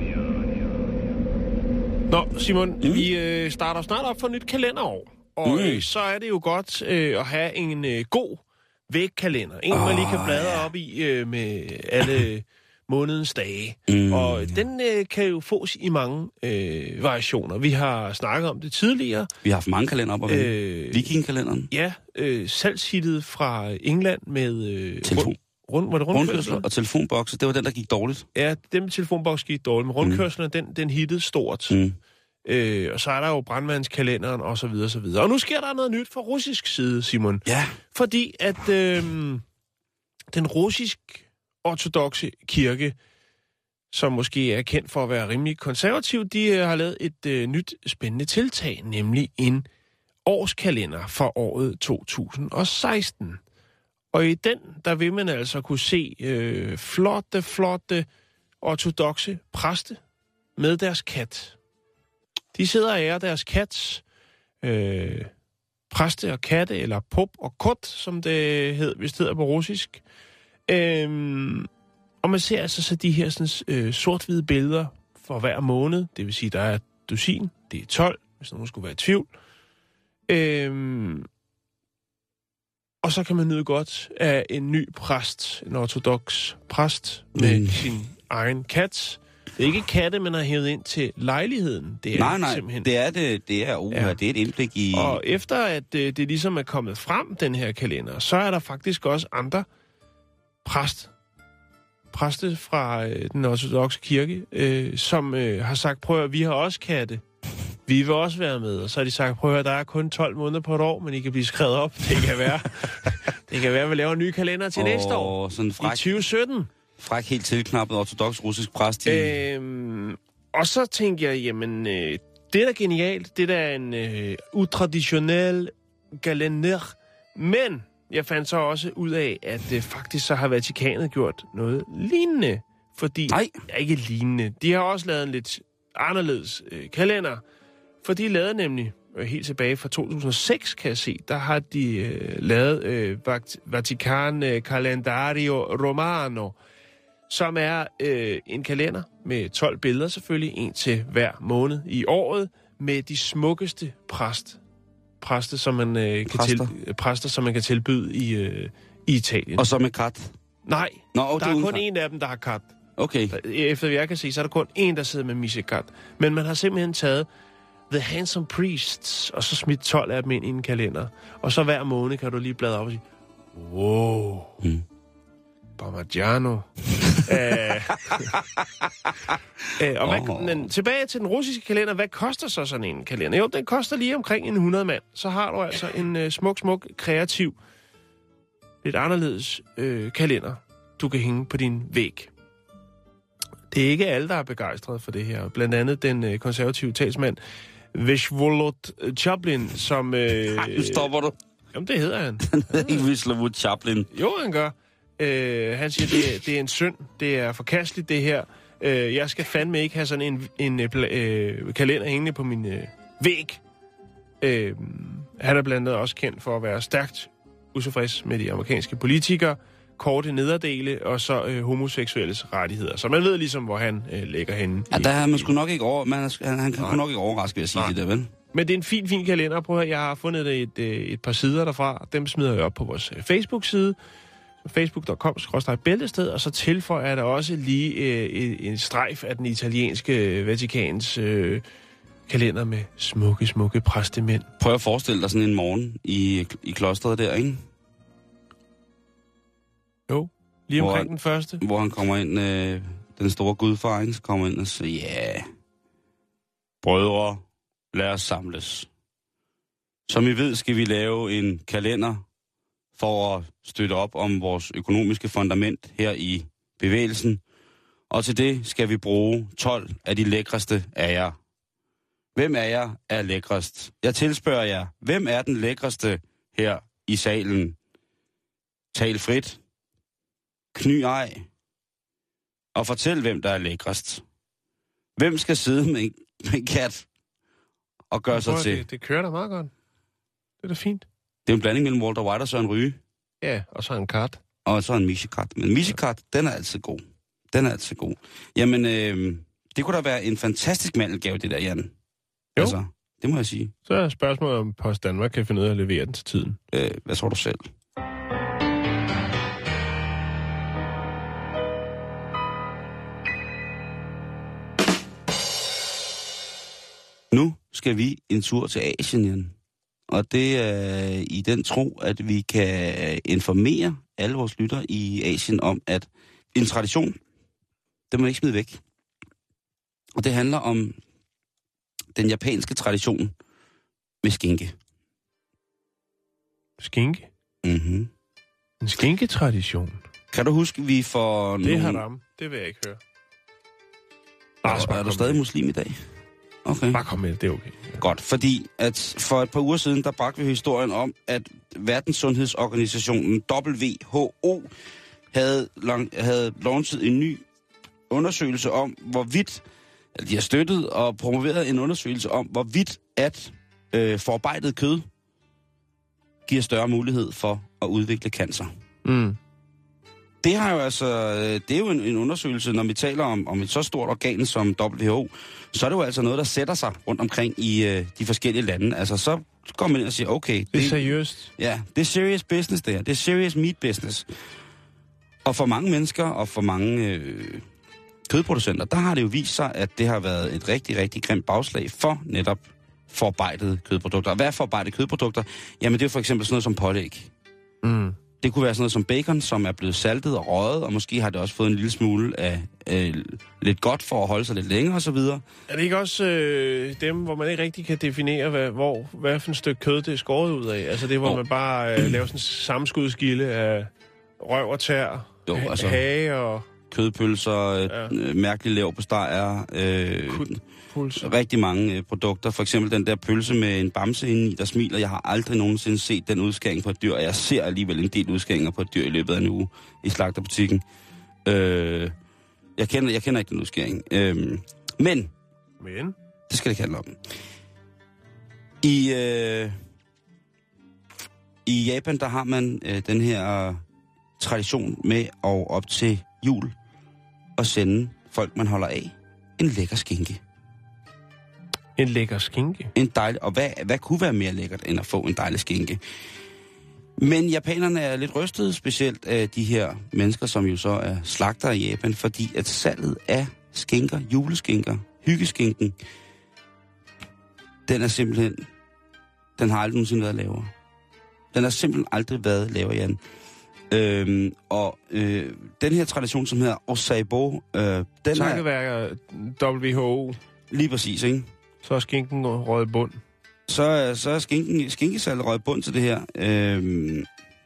Nå, Simon, mm. vi øh, starter snart op for et nyt kalenderår. Og mm. øh, så er det jo godt øh, at have en øh, god vægkalender. En, oh, man lige kan bladre ja. op i øh, med alle månedens dage. Mm. Og den øh, kan jo fås i mange øh, variationer. Vi har snakket om det tidligere. Vi har haft mange kalender op, og øh, Viking-kalenderen. Ja, øh, salgshittet fra England med øh, telefon. Rund, var det rundkørsler og telefonbokse. Det var den, der gik dårligt. Ja, den med telefonboks gik dårligt. Men rundkørslerne, mm. den, den hittede stort. Mm. Øh, og så er der jo brandmandskalenderen og så videre, så videre. Og nu sker der noget nyt fra russisk side, Simon. Ja. Fordi at øh, den russisk-ortodokse kirke, som måske er kendt for at være rimelig konservativ, de øh, har lavet et øh, nyt spændende tiltag, nemlig en årskalender for året to tusind og seksten. Og i den, der vil man altså kunne se øh, flotte, flotte ortodokse præste med deres kat. De sidder og ærer deres kat, øh, præste og katte, eller pop og kot, som det hed, hvis det hedder på russisk. Øhm, og man ser altså så de her sådan, øh, sort-hvide billeder for hver måned. Det vil sige, der er dusin, det er tolv, hvis nogen skulle være i tvivl. Øhm, og så kan man nyde godt af en ny præst, en ortodoks præst, med mm. sin egen kat. Det er ikke katte, man har hævet ind til lejligheden. Det er nej, nej, simpelthen... det er det. Det er, uh, ja. det er et indblik i... Og efter at det, det ligesom er kommet frem, den her kalender, så er der faktisk også andre præst, præste fra øh, den ortodokse kirke, øh, som øh, har sagt, prøv at vi har også katte. Vi vil også være med. Og så har de sagt, prøv at der er kun tolv måneder på et år, men I kan blive skrevet op. Det kan være, Det kan være, at vi laver en ny kalender til og næste år. Sådan fræk, I tyve sytten. Fræk, helt tilknappet ortodox russisk præst. Øhm, og så tænkte jeg, jamen, øh, det er da genialt. Det er da en øh, utraditionel kalender. Men jeg fandt så også ud af, at øh, faktisk så har Vatikanet gjort noget lignende. Fordi, Nej. Ja, ikke lignende. De har også lavet en lidt anderledes øh, kalender. For de lavede nemlig, øh, helt tilbage fra to tusind og seks, kan jeg se, der har de øh, lavet øh, Vatikan øh, Calendario Romano, som er øh, en kalender med tolv billeder selvfølgelig, en til hver måned i året, med de smukkeste præst, præster, som man, øh, kan præster. til, præster, som man kan tilbyde i, øh, i Italien. Og så med kat. Nej, Nå, oh, der er kun en af dem, der har kat. Okay. Efter hvad jeg kan se, så er der kun en, der sidder med missekat. Men man har simpelthen taget The Handsome Priests, og så smidt tolv af dem ind i en kalender. Og så hver måned kan du lige bladre op og sige, wow, mm. Parmigiano. Æh, Æh, og hvad, oh. men tilbage til den russiske kalender, hvad koster så sådan en kalender? Jo, den koster lige omkring en hundrede mand. Så har du altså en uh, smuk, smuk, kreativ, lidt anderledes øh, kalender, du kan hænge på din væg. Det er ikke alle, der er begejstret for det her. Blandt andet den øh, konservative talsmand, Vysvolod Chaplin, som... Øh, Nej, nu stopper du. Jamen, det hedder han. Han hedder ikke Vysvolod Chaplin. Jo, han gør. Øh, han siger, det, det er en synd. Det er forkasteligt, det her. Øh, jeg skal fandme ikke have sådan en, en øh, kalender hængende på min øh, væg. Øh, han er blandt andet også kendt for at være stærkt utilfreds med de amerikanske politikere, korte nederdele og så øh, homoseksuelles rettigheder. Så man ved ligesom, hvor han øh, ligger henne. Ja, der er man sgu nok ikke over... Man er, han, han kan Nej. nok ikke overraske ved at sige Nej. det der, vel? Men det er en fin, fin kalender. Prøv at høre, jeg har fundet et, et par sider derfra. Dem smider jeg op på vores Facebook-side. facebook punktum com skråstreg bæltested, og så tilføjer jeg der også lige øh, en strejf af den italienske Vatikans øh, kalender med smukke, smukke præstemænd. Prøv at forestille dig sådan en morgen i, i klosteret der, ikke? Jo, lige Hvor omkring han- den første. Hvor han kommer ind, øh, den store gudfar, ikke? Så kommer ind og siger, ja, yeah. brødre, lad os samles. Som I ved, skal vi lave en kalender for at støtte op om vores økonomiske fundament her i bevægelsen. Og til det skal vi bruge tolv af de lækreste af jer. Hvem af jer er lækrest? Jeg tilspørger jer, hvem er den lækreste her i salen? Tal frit. Kny ej. Og fortæl, hvem der er lækrest. Hvem skal sidde med en, med en kat og gøre sig Prøv, til? det, det kører da meget godt. Det er da fint. Det er en blanding mellem Walter White og Søren Ryge. Ja, og så en kat. Og så en Michikat. Men Michikat, den er altid god. Den er altid god. Jamen, øh, det kunne da være en fantastisk mandelgave, det der, Jan. Jo. Altså, det må jeg sige. Så er spørgsmålet, om Post Danmark kan finde ud af at levere den til tiden. Øh, hvad tror du selv? Nu skal vi en tur til Asien, Jan. Og det er i den tro, at vi kan informere alle vores lyttere i Asien om, at en tradition, det må man ikke smide væk. Og det handler om den japanske tradition med skinke. Skinke? Mm-hmm. En skinketradition? Kan du huske, vi for Det er nogle... haram. Det vil jeg ikke høre. Er, Nå, er, bare er du kom stadig med. muslim i dag? Okay. Bare kom med det, det er okay. Ja. Godt, fordi at for et par uger siden, der bragte vi historien om, at Verdenssundhedsorganisationen W H O havde, lang, havde launchet en ny undersøgelse om, hvorvidt, eller de har støttet og promoveret en undersøgelse om, hvorvidt at øh, forarbejdet kød giver større mulighed for at udvikle cancer. Mm. Det har jo altså, det er jo en, en undersøgelse, når vi taler om, om et så stort organ som W H O, så er det jo altså noget, der sætter sig rundt omkring i øh, de forskellige lande. Altså, så går man ind og siger, okay... Det, Det er seriøst. Ja, det er serious business, det her. Det er serious meat business. Og for mange mennesker og for mange øh, kødproducenter, der har det jo vist sig, at det har været et rigtig, rigtig grimt bagslag for netop forarbejdede kødprodukter. Og hvad er forarbejdede kødprodukter? Jamen, det er for eksempel sådan noget som pålæg. Mm. Det kunne være sådan noget som bacon, som er blevet saltet og røget, og måske har det også fået en lille smule af øh, lidt godt for at holde sig lidt længere osv. Er det ikke også øh, dem, hvor man ikke rigtig kan definere, hvad, hvor, hvad for et stykke kød det er skåret ud af? Altså det, hvor oh. man bare øh, laver sådan en sammenskudskilde af røv og tær, jo, altså, hage og... kødpølser, ja. øh, mærkelige leverpostejer, øh, rigtig mange øh, produkter. For eksempel den der pølse med en bamse indeni, der smiler. Jeg har aldrig nogensinde set den udskæring på et dyr, og jeg ser alligevel en del udskæringer på et dyr i løbet af en uge i slagterbutikken. Øh, jeg, kender, jeg kender ikke den udskæring. Øh, men, men, det skal det ikke handle om. I, øh, i Japan, der har man øh, den her tradition med at op til jul og sende folk, man holder af, en lækker skinke. En lækker skinke? En dejlig, og hvad, hvad kunne være mere lækkert, end at få en dejlig skinke? Men japanerne er lidt rystede, specielt af de her mennesker, som jo så er slagtere i Japan, fordi at salget af skinker, juleskinker, hyggeskinken, den er simpelthen, den har aldrig nogensinde været lavere. Den har simpelthen aldrig været lavere, Jan. Øhm, og øh, den her tradition, som hedder Osaibo, øh, den Takkeværker W H O. Lige præcis, ikke? Så er skinken røget bund. Så, så er skinken, skinkesalget røget bund til det her. Øhm,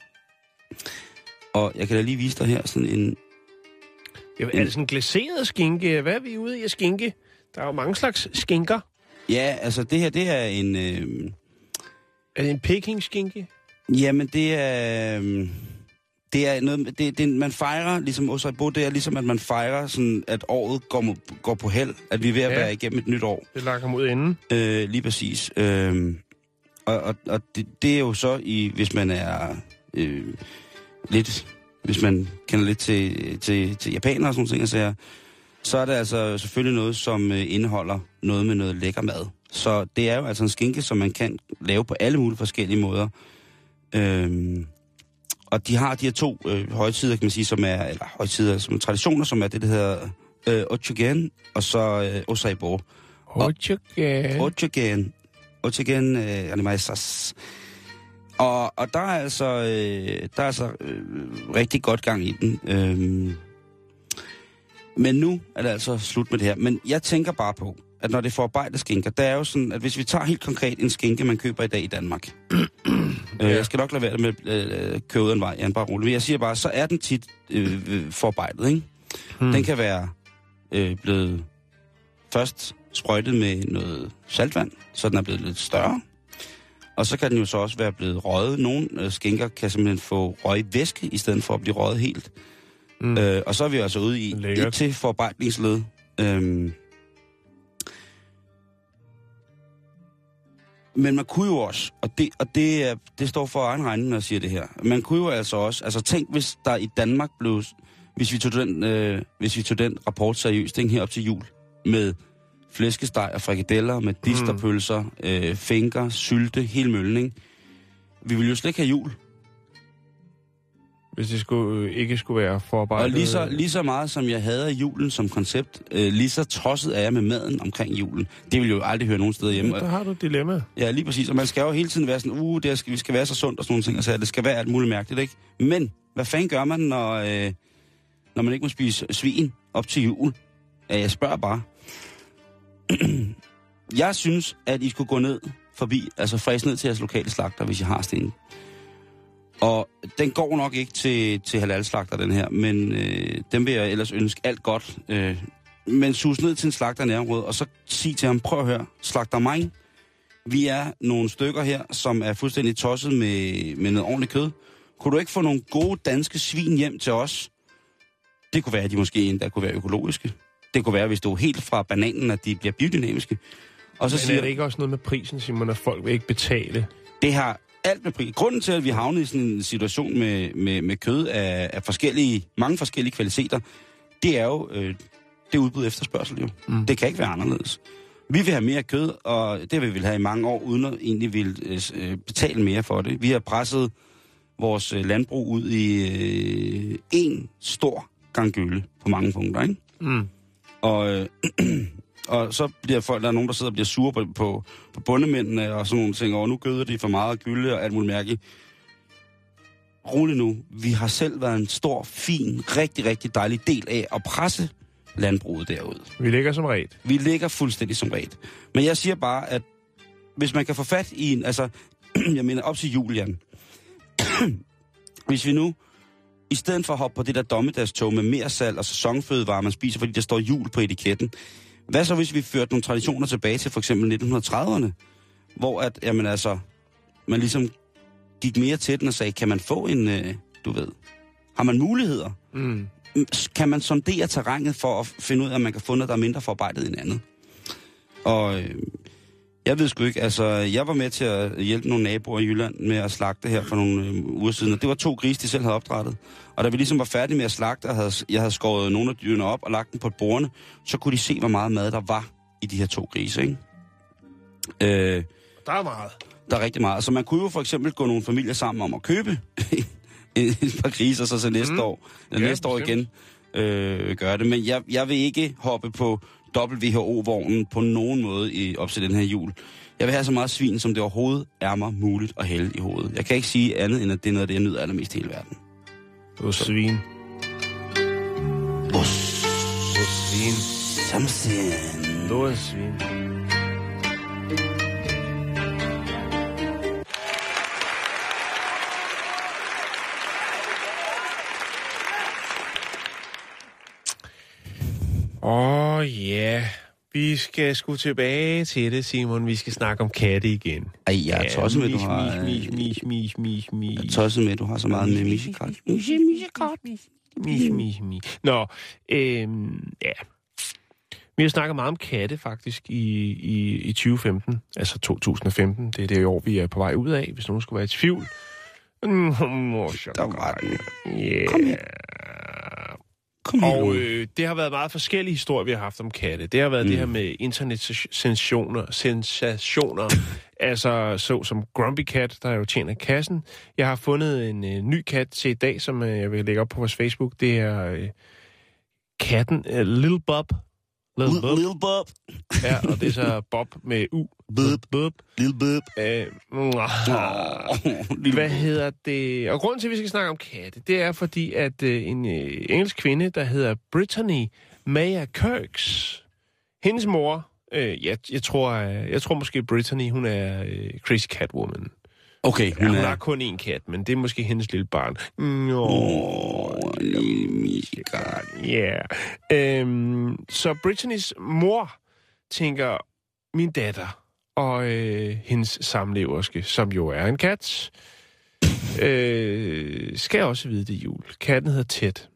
og jeg kan da lige vise dig her sådan en... Jo, er det sådan en glaseret skinke? Hvad er vi ude i at skinke? Der er jo mange slags skinker. Ja, altså det her, det er en... Øh... Er det en peking-skinke? Jamen, det er... Øh... Det er noget, det, det, man fejrer, ligesom Osaibo, det er ligesom, at man fejrer, sådan, at året går, går på held, at vi er ved at ja. være igennem et nyt år. Det lakker mod enden. Øh, lige præcis. Øh, og og, og det, det er jo så, i, hvis man er øh, lidt, hvis man kender lidt til, til, til japanere og sådan noget, så, så er det altså selvfølgelig noget, som indeholder noget med noget lækker mad. Så det er jo altså en skinke, som man kan lave på alle mulige forskellige måder. Øh, Og de har de her to øh, højtider, kan man sige, som er, eller højtider, som er traditioner, som er det, der hedder øh, Ochugen, og så øh, Osaibo. Ochugen. Ochugen. Ochugen, øh, animaisas. Og, og der er altså, øh, der er altså øh, rigtig godt gang i den. Øh, men nu er det altså slut med det her. Men jeg tænker bare på, at når det er forarbejdet skinker, der er jo sådan, at hvis vi tager helt konkret en skinke, man køber i dag i Danmark. Ja. Jeg skal nok lade være med at øh, købe en vej, Jan, bare roligt. Men jeg siger bare, så er den tit øh, forarbejdet, ikke? Hmm. Den kan være øh, blevet først sprøjtet med noget saltvand, så den er blevet lidt større. Og så kan den jo så også være blevet røget. Nogle øh, skinker kan simpelthen få røgvæske, i stedet for at blive røget helt. Hmm. Øh, og så er vi altså ude i et til forarbejdningsled. Øhm, Men man kunne jo også, og det, og det, det står for egen regning, når jeg siger det her, man kunne jo altså også, altså tænk, hvis der i Danmark blev, hvis vi tog den, øh, hvis vi tog den rapport seriøst, ikke, her op til jul, med flæskesteg og frikadeller, med disterpølser, øh, finker, sylte, hele møllen, ikke? Vi ville jo slet ikke have jul. Hvis det skulle, ikke skulle være forarbejdet. Og lige så, lige så meget, som jeg hader julen som koncept, øh, lige så tosset er jeg med maden omkring julen. Det vil jo aldrig høre nogen steder hjemme. Ja, der har du et dilemma. Ja, lige præcis. Og man skal jo hele tiden være sådan, uh, det skal, vi skal være så sundt og sådan nogle ting. Altså, det skal være alt muligt mærkeligt, ikke? Men, hvad fanden gør man, når, øh, når man ikke må spise svin op til jul? Ja, jeg spørger bare. Jeg synes, at I skulle gå ned forbi, altså fræs ned til jeres lokale slagter, hvis I har sten. Og den går nok ikke til, til halalslagter, den her, men øh, dem vil jeg ellers ønske alt godt. Øh, men sus ned til en slagter i nærområdet, og så sig til ham, prøv at høre, slagter mig. Vi er nogle stykker her, som er fuldstændig tosset med, med noget ordentligt kød. Kunne du ikke få nogle gode danske svin hjem til os? Det kunne være, at de måske endda kunne være økologiske. Det kunne være, hvis det var helt fra bananen, at de bliver biodynamiske. Og så men siger, er det ikke også noget med prisen, Simon, at folk vil ikke betale? Det har alt med pris. Grunden til, at vi havner i sådan en situation med, med, med kød af, af forskellige, mange forskellige kvaliteter, det er jo øh, det udbud efterspørgsel jo. Mm. Det kan ikke være anderledes. Vi vil have mere kød, og det vil vi have i mange år, uden at egentlig vil øh, betale mere for det. Vi har presset vores øh, landbrug ud i øh, en stor gang gølle på mange punkter, ikke? Mm. Og, øh, og så bliver folk, der er nogen, der sidder og bliver sure på, på, på bondemændene og sådan nogle ting, og nu gøder de for meget gylde og alt muligt mærkeligt. rolig nu. Vi har selv været en stor, fin, rigtig, rigtig dejlig del af at presse landbruget derud. Vi ligger som ret. Vi ligger fuldstændig som ret. Men jeg siger bare, at hvis man kan få fat i en, altså, jeg mener op til jul, Jan. Hvis vi nu, i stedet for at hoppe på det der dommedagstog med mere salg og sæsonfødevarer, man spiser, fordi der står jul på etiketten, hvad så hvis vi førte nogle traditioner tilbage til for eksempel nitten trediverne, hvor at, jamen altså, man ligesom gik mere til den og sagde, kan man få en, øh, du ved, har man muligheder? Mm. Kan man sondere terrænet for at finde ud af, at man kan få noget, der er mindre forarbejdet end andet? Og øh, jeg ved sgu ikke, altså, jeg var med til at hjælpe nogle naboer i Jylland med at slagte her for nogle øh, uger siden, og det var to grise, de selv havde opdrættet. Og da vi ligesom var færdige med at slagte, og havde, jeg havde skåret nogle af dyrene op og lagt dem på bordene, så kunne de se, hvor meget mad der var i de her to grise, ikke? Øh, der er meget. Der er rigtig meget. Så man kunne jo for eksempel gå nogle familier sammen om at købe et par griser, så så næste mm. år, ja, næste år igen øh, gøre det. Men jeg, jeg vil ikke hoppe på W H O-vognen på nogen måde i, op til den her jul. Jeg vil have så meget svin, som det overhovedet er mig muligt at hælde i hovedet. Jeg kan ikke sige andet, end at det er noget af det, jeg nyder allermest i hele verden. Du er svin. Bus. Du er svin. Samsen. Du er svin. Åh oh, ja, yeah. Vi skal sgu tilbage til det, Simon. Vi skal snakke om katte igen. Ej, jeg er tosset med, du har... Mis, mis, mis, mis, mis. Jeg er tosset med, du har så meget med misekart. Misekart. Mis, mis, mis. Nå, øhm, ja. Vi har snakket meget om katte, faktisk, i, i, i tyve femten. Altså to tusind og femten. Det er det år, vi er på vej ud af, hvis nogen skulle være i tvivl. Mm, der var den. Yeah. Kom her. Og øh, det har været meget forskellige historier, vi har haft om katte. Det har været mm. det her med internetsensationer, sensationer, altså så som Grumpy Cat, der jo tjener kassen. Jeg har fundet en øh, ny kat til i dag, som øh, jeg vil lægge op på vores Facebook. Det er øh, katten øh, Lil Bob. Lil Bob. Lil Bob. Ja, og det er så Bob med U. Bob. Bob. Lil Bob. Øh, Hvad hedder det? Og grunden til, at vi skal snakke om katte, det er fordi, at øh, en øh, engelsk kvinde, der hedder Brittany Maya Kirks, hendes mor, øh, jeg, jeg, tror, øh, jeg tror måske Brittany, hun er øh, Crazy Catwoman. Okay. Hun, ja, hun er... har kun én kat, men det er måske hendes lille barn. Nå, oh, lille missekat. Ja. Øhm, så Brittany's mor tænker, min datter og øh, hendes samleverske, som jo er en kat, øh, skal også vide det jul. Katten hedder Ted.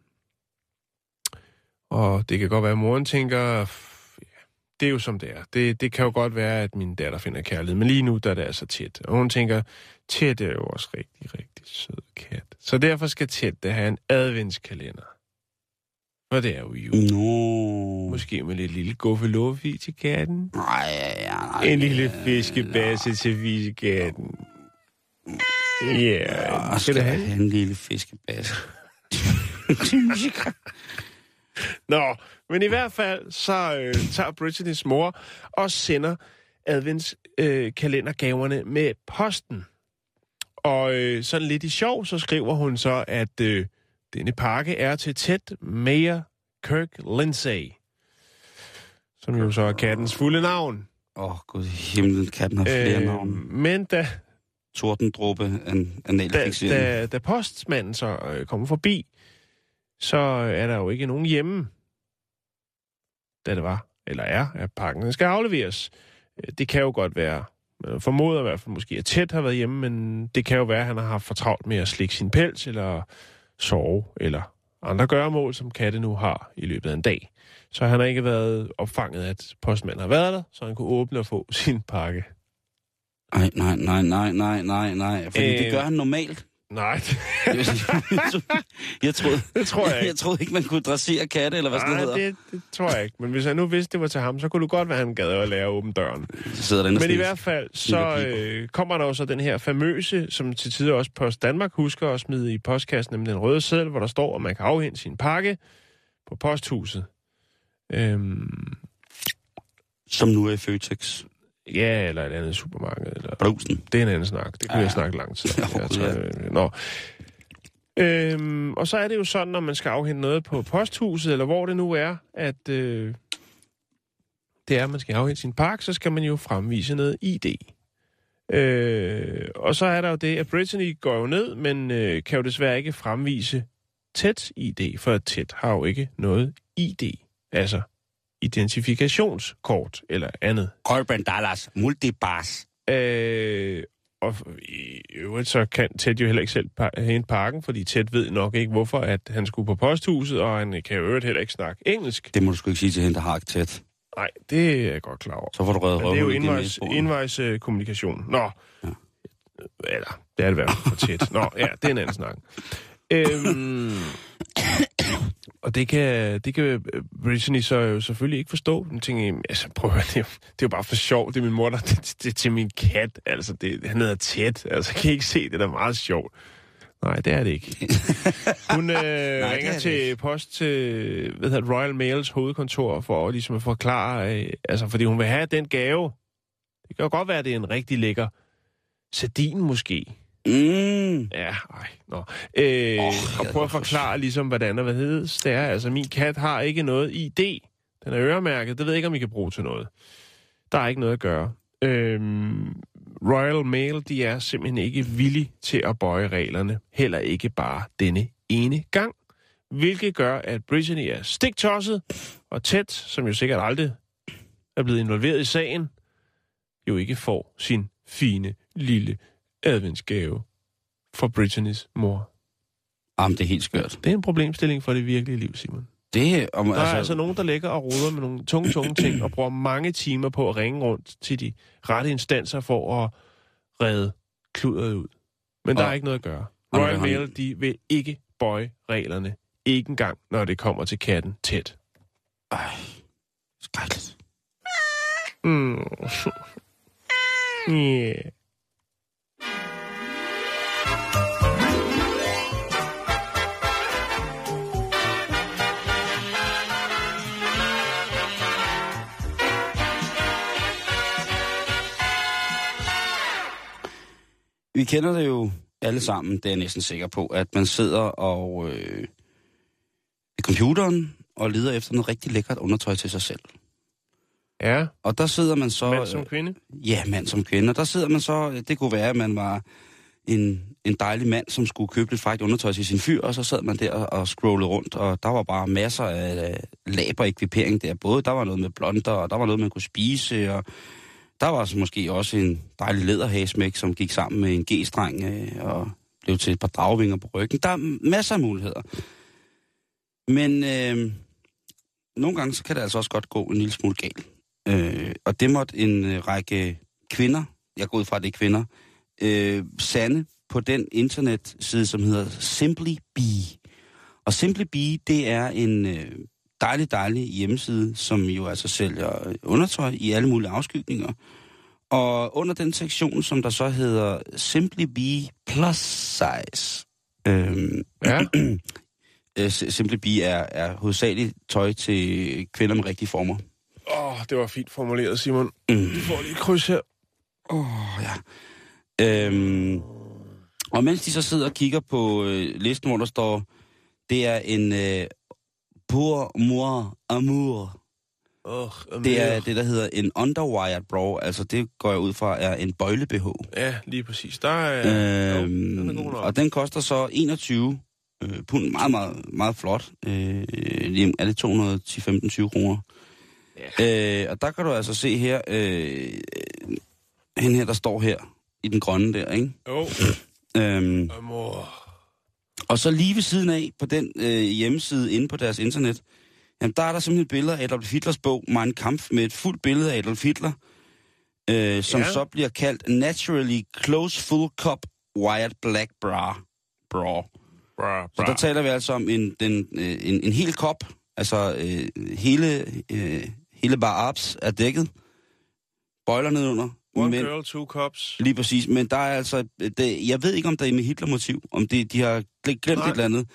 Og det kan godt være, at moren tænker, det er jo som det er. Det, det kan jo godt være, at min datter finder kærlighed, men lige nu der er det altså Ted. Og hun tænker, Ted er jo også rigtig, rigtig sød kat. Så derfor skal Ted da have en adventskalender. Og det er jo jul. No. Måske med lidt lille guffeloffi til katten. Nej, ja, nej. En lille fiskebasse til fisekatten. Ja, yeah, skal det have? have en lille fiskebasse. Nå, men i hvert fald, så øh, tager Brittany's mor og sender adventskalendergaverne øh, med posten. Og øh, sådan lidt i sjov, så skriver hun så, at øh, denne pakke er til Ted Maya Kirk Lindsay, som jo så er kattens fulde navn. Åh, oh, gud himlen, katten har flere øh, navne. Men da... Tordendråbe analfiksering. Da, da, da postmanden så øh, kommer forbi, så er der jo ikke nogen hjemme, da det var, eller er, at pakken skal afleveres. Det kan jo godt være, man formoder i hvert fald måske, at Ted har været hjemme, men det kan jo være, at han har haft for travlt med at slikke sin pels, eller sove, eller andre gøremål, som katte nu har i løbet af en dag. Så han har ikke været opfanget, at postmanden har været der, så han kunne åbne og få sin pakke. Nej, nej, nej, nej, nej, nej, nej. Fordi øh, det gør han normalt. Nej. jeg, troede, det tror jeg ikke. Jeg troede ikke, man kunne dressere katte, eller hvad nej, sådan noget hedder. Det, det tror jeg ikke. Men hvis han nu vidste, det var til ham, så kunne du godt være, at han gad at lære at åbne døren. Så Men snit. I hvert fald, så øh, kommer der jo så den her famøse, som til tider også Post Danmark husker at smide i postkassen, nemlig den røde seddel, hvor der står, at man kan afhente sin pakke på posthuset. Øhm, som nu er i Føtex. Ja, eller et andet supermarked. Eller... Brusen. Det er en anden snak. Det kunne ja, jeg snakke lang tid. Ja, jeg tror, øh, nå. Øhm, og så er det jo sådan, når man skal afhente noget på posthuset, eller hvor det nu er, at øh, det er, at man skal afhente sin pakke, så skal man jo fremvise noget I D. Øh, og så er der jo det, at Brittany går jo ned, men øh, kan jo desværre ikke fremvise tæt I D, for tæt har jo ikke noget I D, altså identifikationskort eller andet. Corbin Dallas Multipass. Øh, og i øvrigt så kan Ted jo heller ikke selv pa- hente pakken, fordi Ted ved nok ikke, hvorfor at han skulle på posthuset, og han kan jo øvrigt heller ikke snakke engelsk. Det må du sgu ikke sige til hende, der har ikke Ted. Nej, det er jeg godt klar over. Så får du reddet røvhul. Det er jo indvejs, indvejs uh, kommunikation. Nå, ja. Eller, det er det værd for Ted. Nå, ja, det er en anden snak. øhm, og det kan, det kan Brittany så jo selvfølgelig ikke forstå. Den tænker, altså prøv at høre, det, er, det er jo bare for sjovt. Det er min mor, der det, det er til min kat. Altså, det, han hedder Ted. Altså, kan I ikke se, det er meget sjovt. Nej, det er det ikke. Hun øh, Nej, ringer til ikke. post til hvad hedder, Royal Mails hovedkontor for ligesom at forklare, øh, altså fordi hun vil have den gave. Det kan jo godt være, at det er en rigtig lækker sardin måske. Mm. Ja, ej, nå. Øh, oh, og prøve at forklare ligesom, hvordan og hvad hedder det er. Altså, min kat har ikke noget I D. Den er øremærket. Det ved jeg ikke, om I kan bruge til noget. Der er ikke noget at gøre. Øhm, Royal Mail, de er simpelthen ikke villige til at bøje reglerne. Heller ikke bare denne ene gang. Hvilket gør, at Brittany er stiktosset, og Ted, som jo sikkert aldrig er blevet involveret i sagen, jo ikke får sin fine, lille adventsgave for Brittany's mor. Jamen, det er helt skørt. Det er en problemstilling for det virkelige liv, Simon. Det, om, der er altså... altså nogen, der ligger og roder med nogle tunge, tunge ting, og bruger mange timer på at ringe rundt til de rette instanser for at redde kludret ud. Men der og... er ikke noget at gøre. Royal Mail, de vil ikke bøje reglerne. Ikke engang, når det kommer til katten tæt. Ej, skrækkeligt. Mm. Yeah. Vi kender det jo alle sammen, det er jeg næsten sikker på, at man sidder og øh, i computeren og leder efter noget rigtig lækkert undertøj til sig selv. Ja. Og der sidder man så... Mand som kvinde? Øh, ja, mand som kvinde. Og der sidder man så... Det kunne være, at man var en, en dejlig mand, som skulle købe lidt frækt undertøj til sin fyr, og så sad man der og scrollede rundt, og der var bare masser af laberekvipering der. Både der var noget med blonder, og der var noget, man kunne spise, og der var altså måske også en dejlig læderhagesmæk, som gik sammen med en G-streng øh, og blev til et par dragvinger på ryggen. Der er masser af muligheder. Men øh, nogle gange så kan det altså også godt gå en lille smule galt. Øh, og det måtte en øh, række kvinder, jeg går ud fra, det er kvinder, øh, sande på den internetside, som hedder Simply Bee. Og Simply Bee, det er en øh, dejlig, dejlig hjemmeside, som jo altså sælger undertøj i alle mulige afskygninger. Og under den sektion, som der så hedder Simply Bee Plus Size. Øh, ja. Simply Bee er, er hovedsageligt tøj til kvinder med rigtige former. Åh, oh, det var fint formuleret, Simon. Mm. Du får lige et kryds her. Åh, oh, ja. Øhm, og mens de så sidder og kigger på øh, listen, hvor der står, det er en øh, pour moi amour. Oh, det er det, der hedder en underwired bra. Altså, det går jeg ud fra, er en bøjle-B H. Ja, lige præcis. Der er, øhm, jo, den er god nok. Og den koster så enogtyve øh, pund. Meget, meget, meget flot. Øh, er det to hundrede og ti til femten tyve kroner? Ja. Øh, og der kan du altså se her, øh, hende her, der står her i den grønne der, ikke? Jo. Øhm, Amor. og så lige ved siden af, på den øh, hjemmeside inde på deres internet, jamen der er der simpelthen et billede af Adolf Hitlers bog, Mein Kampf, med et fuldt billede af Adolf Hitler, øh, som ja. så bliver kaldt Naturally Close Full Cup Wired Black Bra. Bra. Bra, bra. Så der taler vi altså om en, den, øh, en, en hel kop, altså øh, hele, øh, hele bare abs er dækket, bøjler nedenunder. One men, girl, two cups. Lige præcis, men der er altså, det, jeg ved ikke, om der er med Hitler-motiv, om det, de har glemt Nej. et eller andet.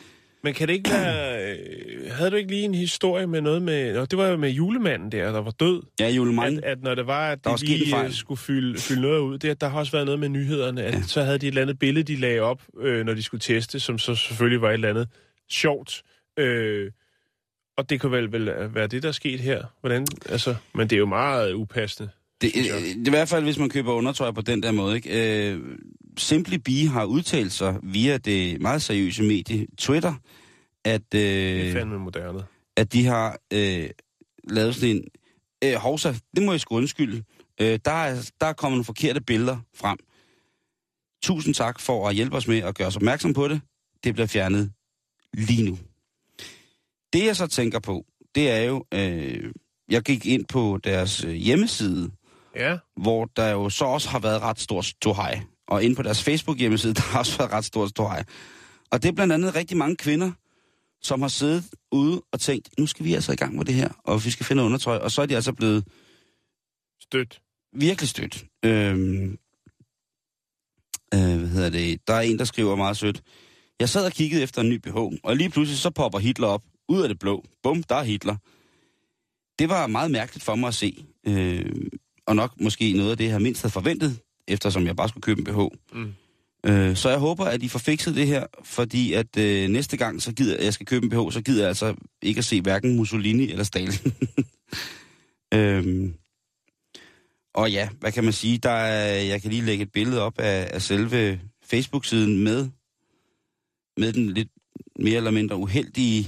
Men kan det ikke være... Øh, havde du ikke lige en historie med noget med... Nå, det var jo med julemanden der, der var død. Ja, julemanden. At, at når det var, at der de var lige fejl. skulle fylde, fylde noget ud, det, der har også været noget med nyhederne, at ja. så havde de et eller andet billede, de lagde op, øh, når de skulle teste, som så selvfølgelig var et eller andet sjovt. Øh, og det kunne vel, vel være det, der er sket her. Hvordan, altså, men det er jo meget upassende. Det, det er i hvert fald, hvis man køber undertøj på den der måde. Ikke? Øh, Simply Be har udtalt sig via det meget seriøse medie Twitter, at, øh, det er fandme moderne. At de har øh, lavet sådan en... Øh, hovsa, det må jeg sgu undskylde. Øh, der, er, der er kommet nogle forkerte billeder frem. Tusind tak for at hjælpe os med at gøre os opmærksom på det. Det bliver fjernet lige nu. Det jeg så tænker på, det er jo... Øh, jeg gik ind på deres hjemmeside, ja. hvor der jo så også har været ret stor ståhej. Og inde på deres Facebook-hjemmeside, der har også været ret stor ståhej. Og det er blandt andet rigtig mange kvinder, som har siddet ude og tænkt, nu skal vi altså i gang med det her, og vi skal finde undertøj. Og så er de altså blevet... Stødt. Virkelig stødt. Øhm, øh, hvad hedder det? Der er en, der skriver meget sødt. Jeg sad og kiggede efter en ny B H, og lige pludselig så popper Hitler op, ud af det blå. Bum, der er Hitler. Det var meget mærkeligt for mig at se. Øh, og nok måske noget af det, jeg mindst havde forventet, eftersom jeg bare skulle købe en B H. Mm. Øh, så jeg håber, at I får fikset det her, fordi at øh, næste gang, så gider jeg skal købe en B H, så gider jeg altså ikke at se hverken Mussolini eller Stalin. øhm, og ja, hvad kan man sige? Der er, jeg kan lige lægge et billede op af, af selve Facebook-siden med, med den lidt mere eller mindre uheldige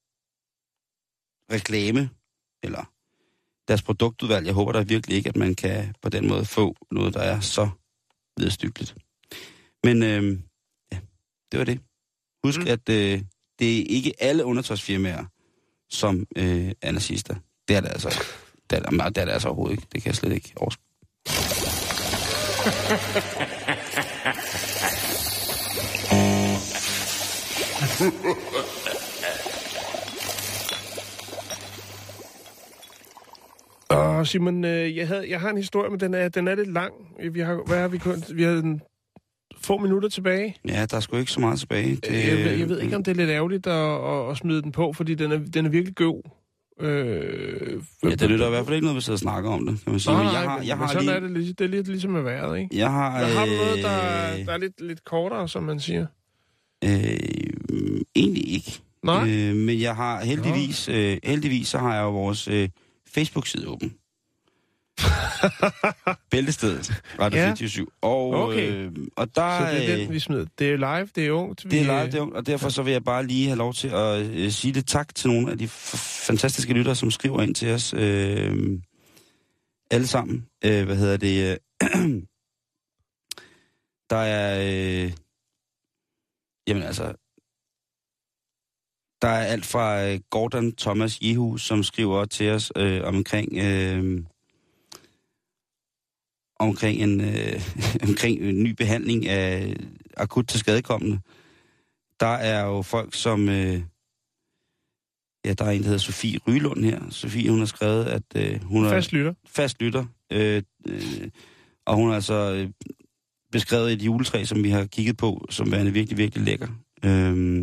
reklame, eller deres produktudvalg. Jeg håber da virkelig ikke, at man kan på den måde få noget, der er så vedstykkeligt. Men øh, ja, det var det. Husk, mm. at øh, det er ikke alle undertøjsfirmaer, som øh, er nazister. Det er det altså. Det er det, det er det altså overhovedet ikke. Det kan jeg slet ikke overskue. Åh, Simon, øh, jeg, havde, jeg har en historie, men den er, den er lidt lang. Vi har, hvad har vi kun? Vi har en få minutter tilbage. Ja, der er sgu ikke så meget tilbage. Det, jeg, ved, jeg ved ikke, om det er lidt ærgerligt at, at, at smide den på, fordi den er, den er virkelig god. Øh, ja, det lytter i hvert fald ikke noget, vi sidder og snakker om det, kan man sige. Nej, men jeg har, jeg men har sådan lige... er det, det er lidt ligesom med vejret, ikke? Jeg har... Men har du noget, øh... der, der er lidt, lidt kortere, som man siger? Øh, egentlig ikke. Nej? Øh, men jeg har heldigvis, øh, heldigvis så har jeg jo vores øh, Facebook-side åben. Bæltestedet, Radio ja. fireogtyve syv. Og, okay. øh, og der, så det er den, vi smider. Det er live, det er ungt. Det er live, det er ungt, og derfor så vil jeg bare lige have lov til at øh, sige det tak til nogle af de f- fantastiske lyttere, som skriver ind til os. Øh, alle sammen. Øh, hvad hedder det? Øh, der er... Øh, jamen altså... Der er alt fra øh, Gordon Thomas Jehu, som skriver til os øh, omkring... Øh, omkring en, øh, omkring en ny behandling af akut til skadekommende. Der er jo folk som... Øh, ja, der er en, der hedder Sofie Rygelund her. Sofie, hun har skrevet, at øh, hun er... Fast lytter. Fast lytter. Øh, øh, og hun har altså øh, beskrevet et juletræ, som vi har kigget på, som værende virkelig, virkelig lækker. Øh,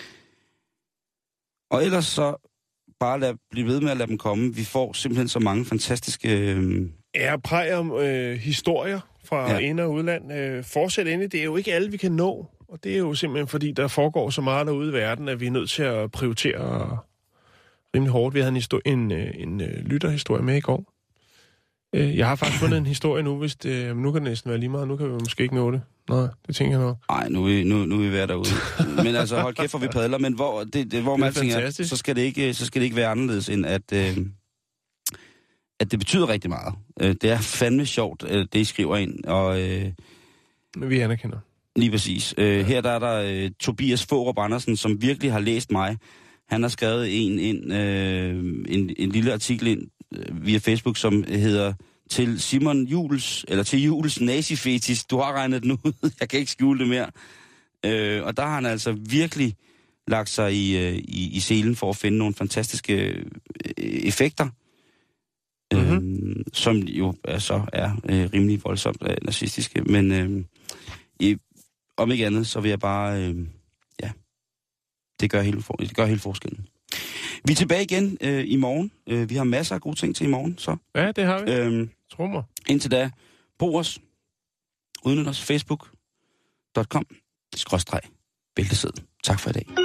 og ellers så bare lad, blive ved med at lade dem komme. Vi får simpelthen så mange fantastiske... Øh, Ja, præg om øh, historier fra ja. ind- og udland. Øh, fortsæt endelig, det er jo ikke alle, vi kan nå. Og det er jo simpelthen, fordi der foregår så meget derude i verden, at vi er nødt til at prioritere rimelig hårdt. Vi havde en, histori- en, en, en lytterhistorie med i går. Øh, jeg har faktisk fundet en historie nu, hvis det, nu kan det næsten være lige meget. Nu kan vi måske ikke nå det. Nej, det tænker jeg nok. Nej, nu, nu, nu er vi ved derude. Men altså, hold kæft, hvor vi padler. Men hvor, det, det, hvor man tænker, så skal, det ikke, så skal det ikke være anderledes, end at... Øh, at det betyder rigtig meget. Det er fandme sjovt, det I skriver ind. Og, øh, Men vi anerkender. Lige præcis. Ja. Her der er der øh, Tobias Fårup Andersen, som virkelig har læst mig. Han har skrevet en, en, øh, en, en lille artikel ind øh, via Facebook, som hedder til Simon Jules, eller til Jules nazifetis. Du har regnet den ud. Jeg kan ikke skjule det mere. Øh, og der har han altså virkelig lagt sig i, øh, i, i selen for at finde nogle fantastiske øh, effekter. Mm-hmm. Øhm, som jo altså er øh, rimelig voldsomt øh, nazistiske. Men øh, i, om ikke andet, så vil jeg bare, øh, ja, Det gør hele, for, det gør hele forskellen. Vi er tilbage igen øh, i morgen. Øh, vi har masser af gode ting til i morgen, så. Ja, det har vi. Øhm, Tror mig. Indtil da, brug os. Udnyt os. Facebook punktum com skråstreg bæltesæde. Tak for i dag.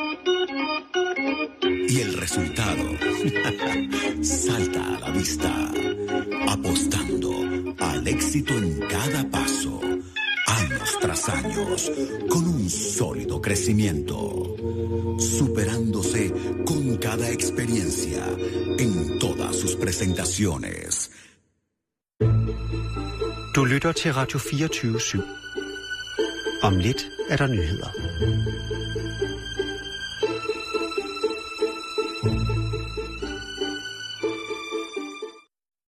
Y el resultado salta a la vista, apostando al éxito en cada paso, años tras años, con un sólido crecimiento, superándose con cada experiencia en todas sus presentaciones. Du lytter til Radio fireogtyve syv. Om lidt er der nyheder.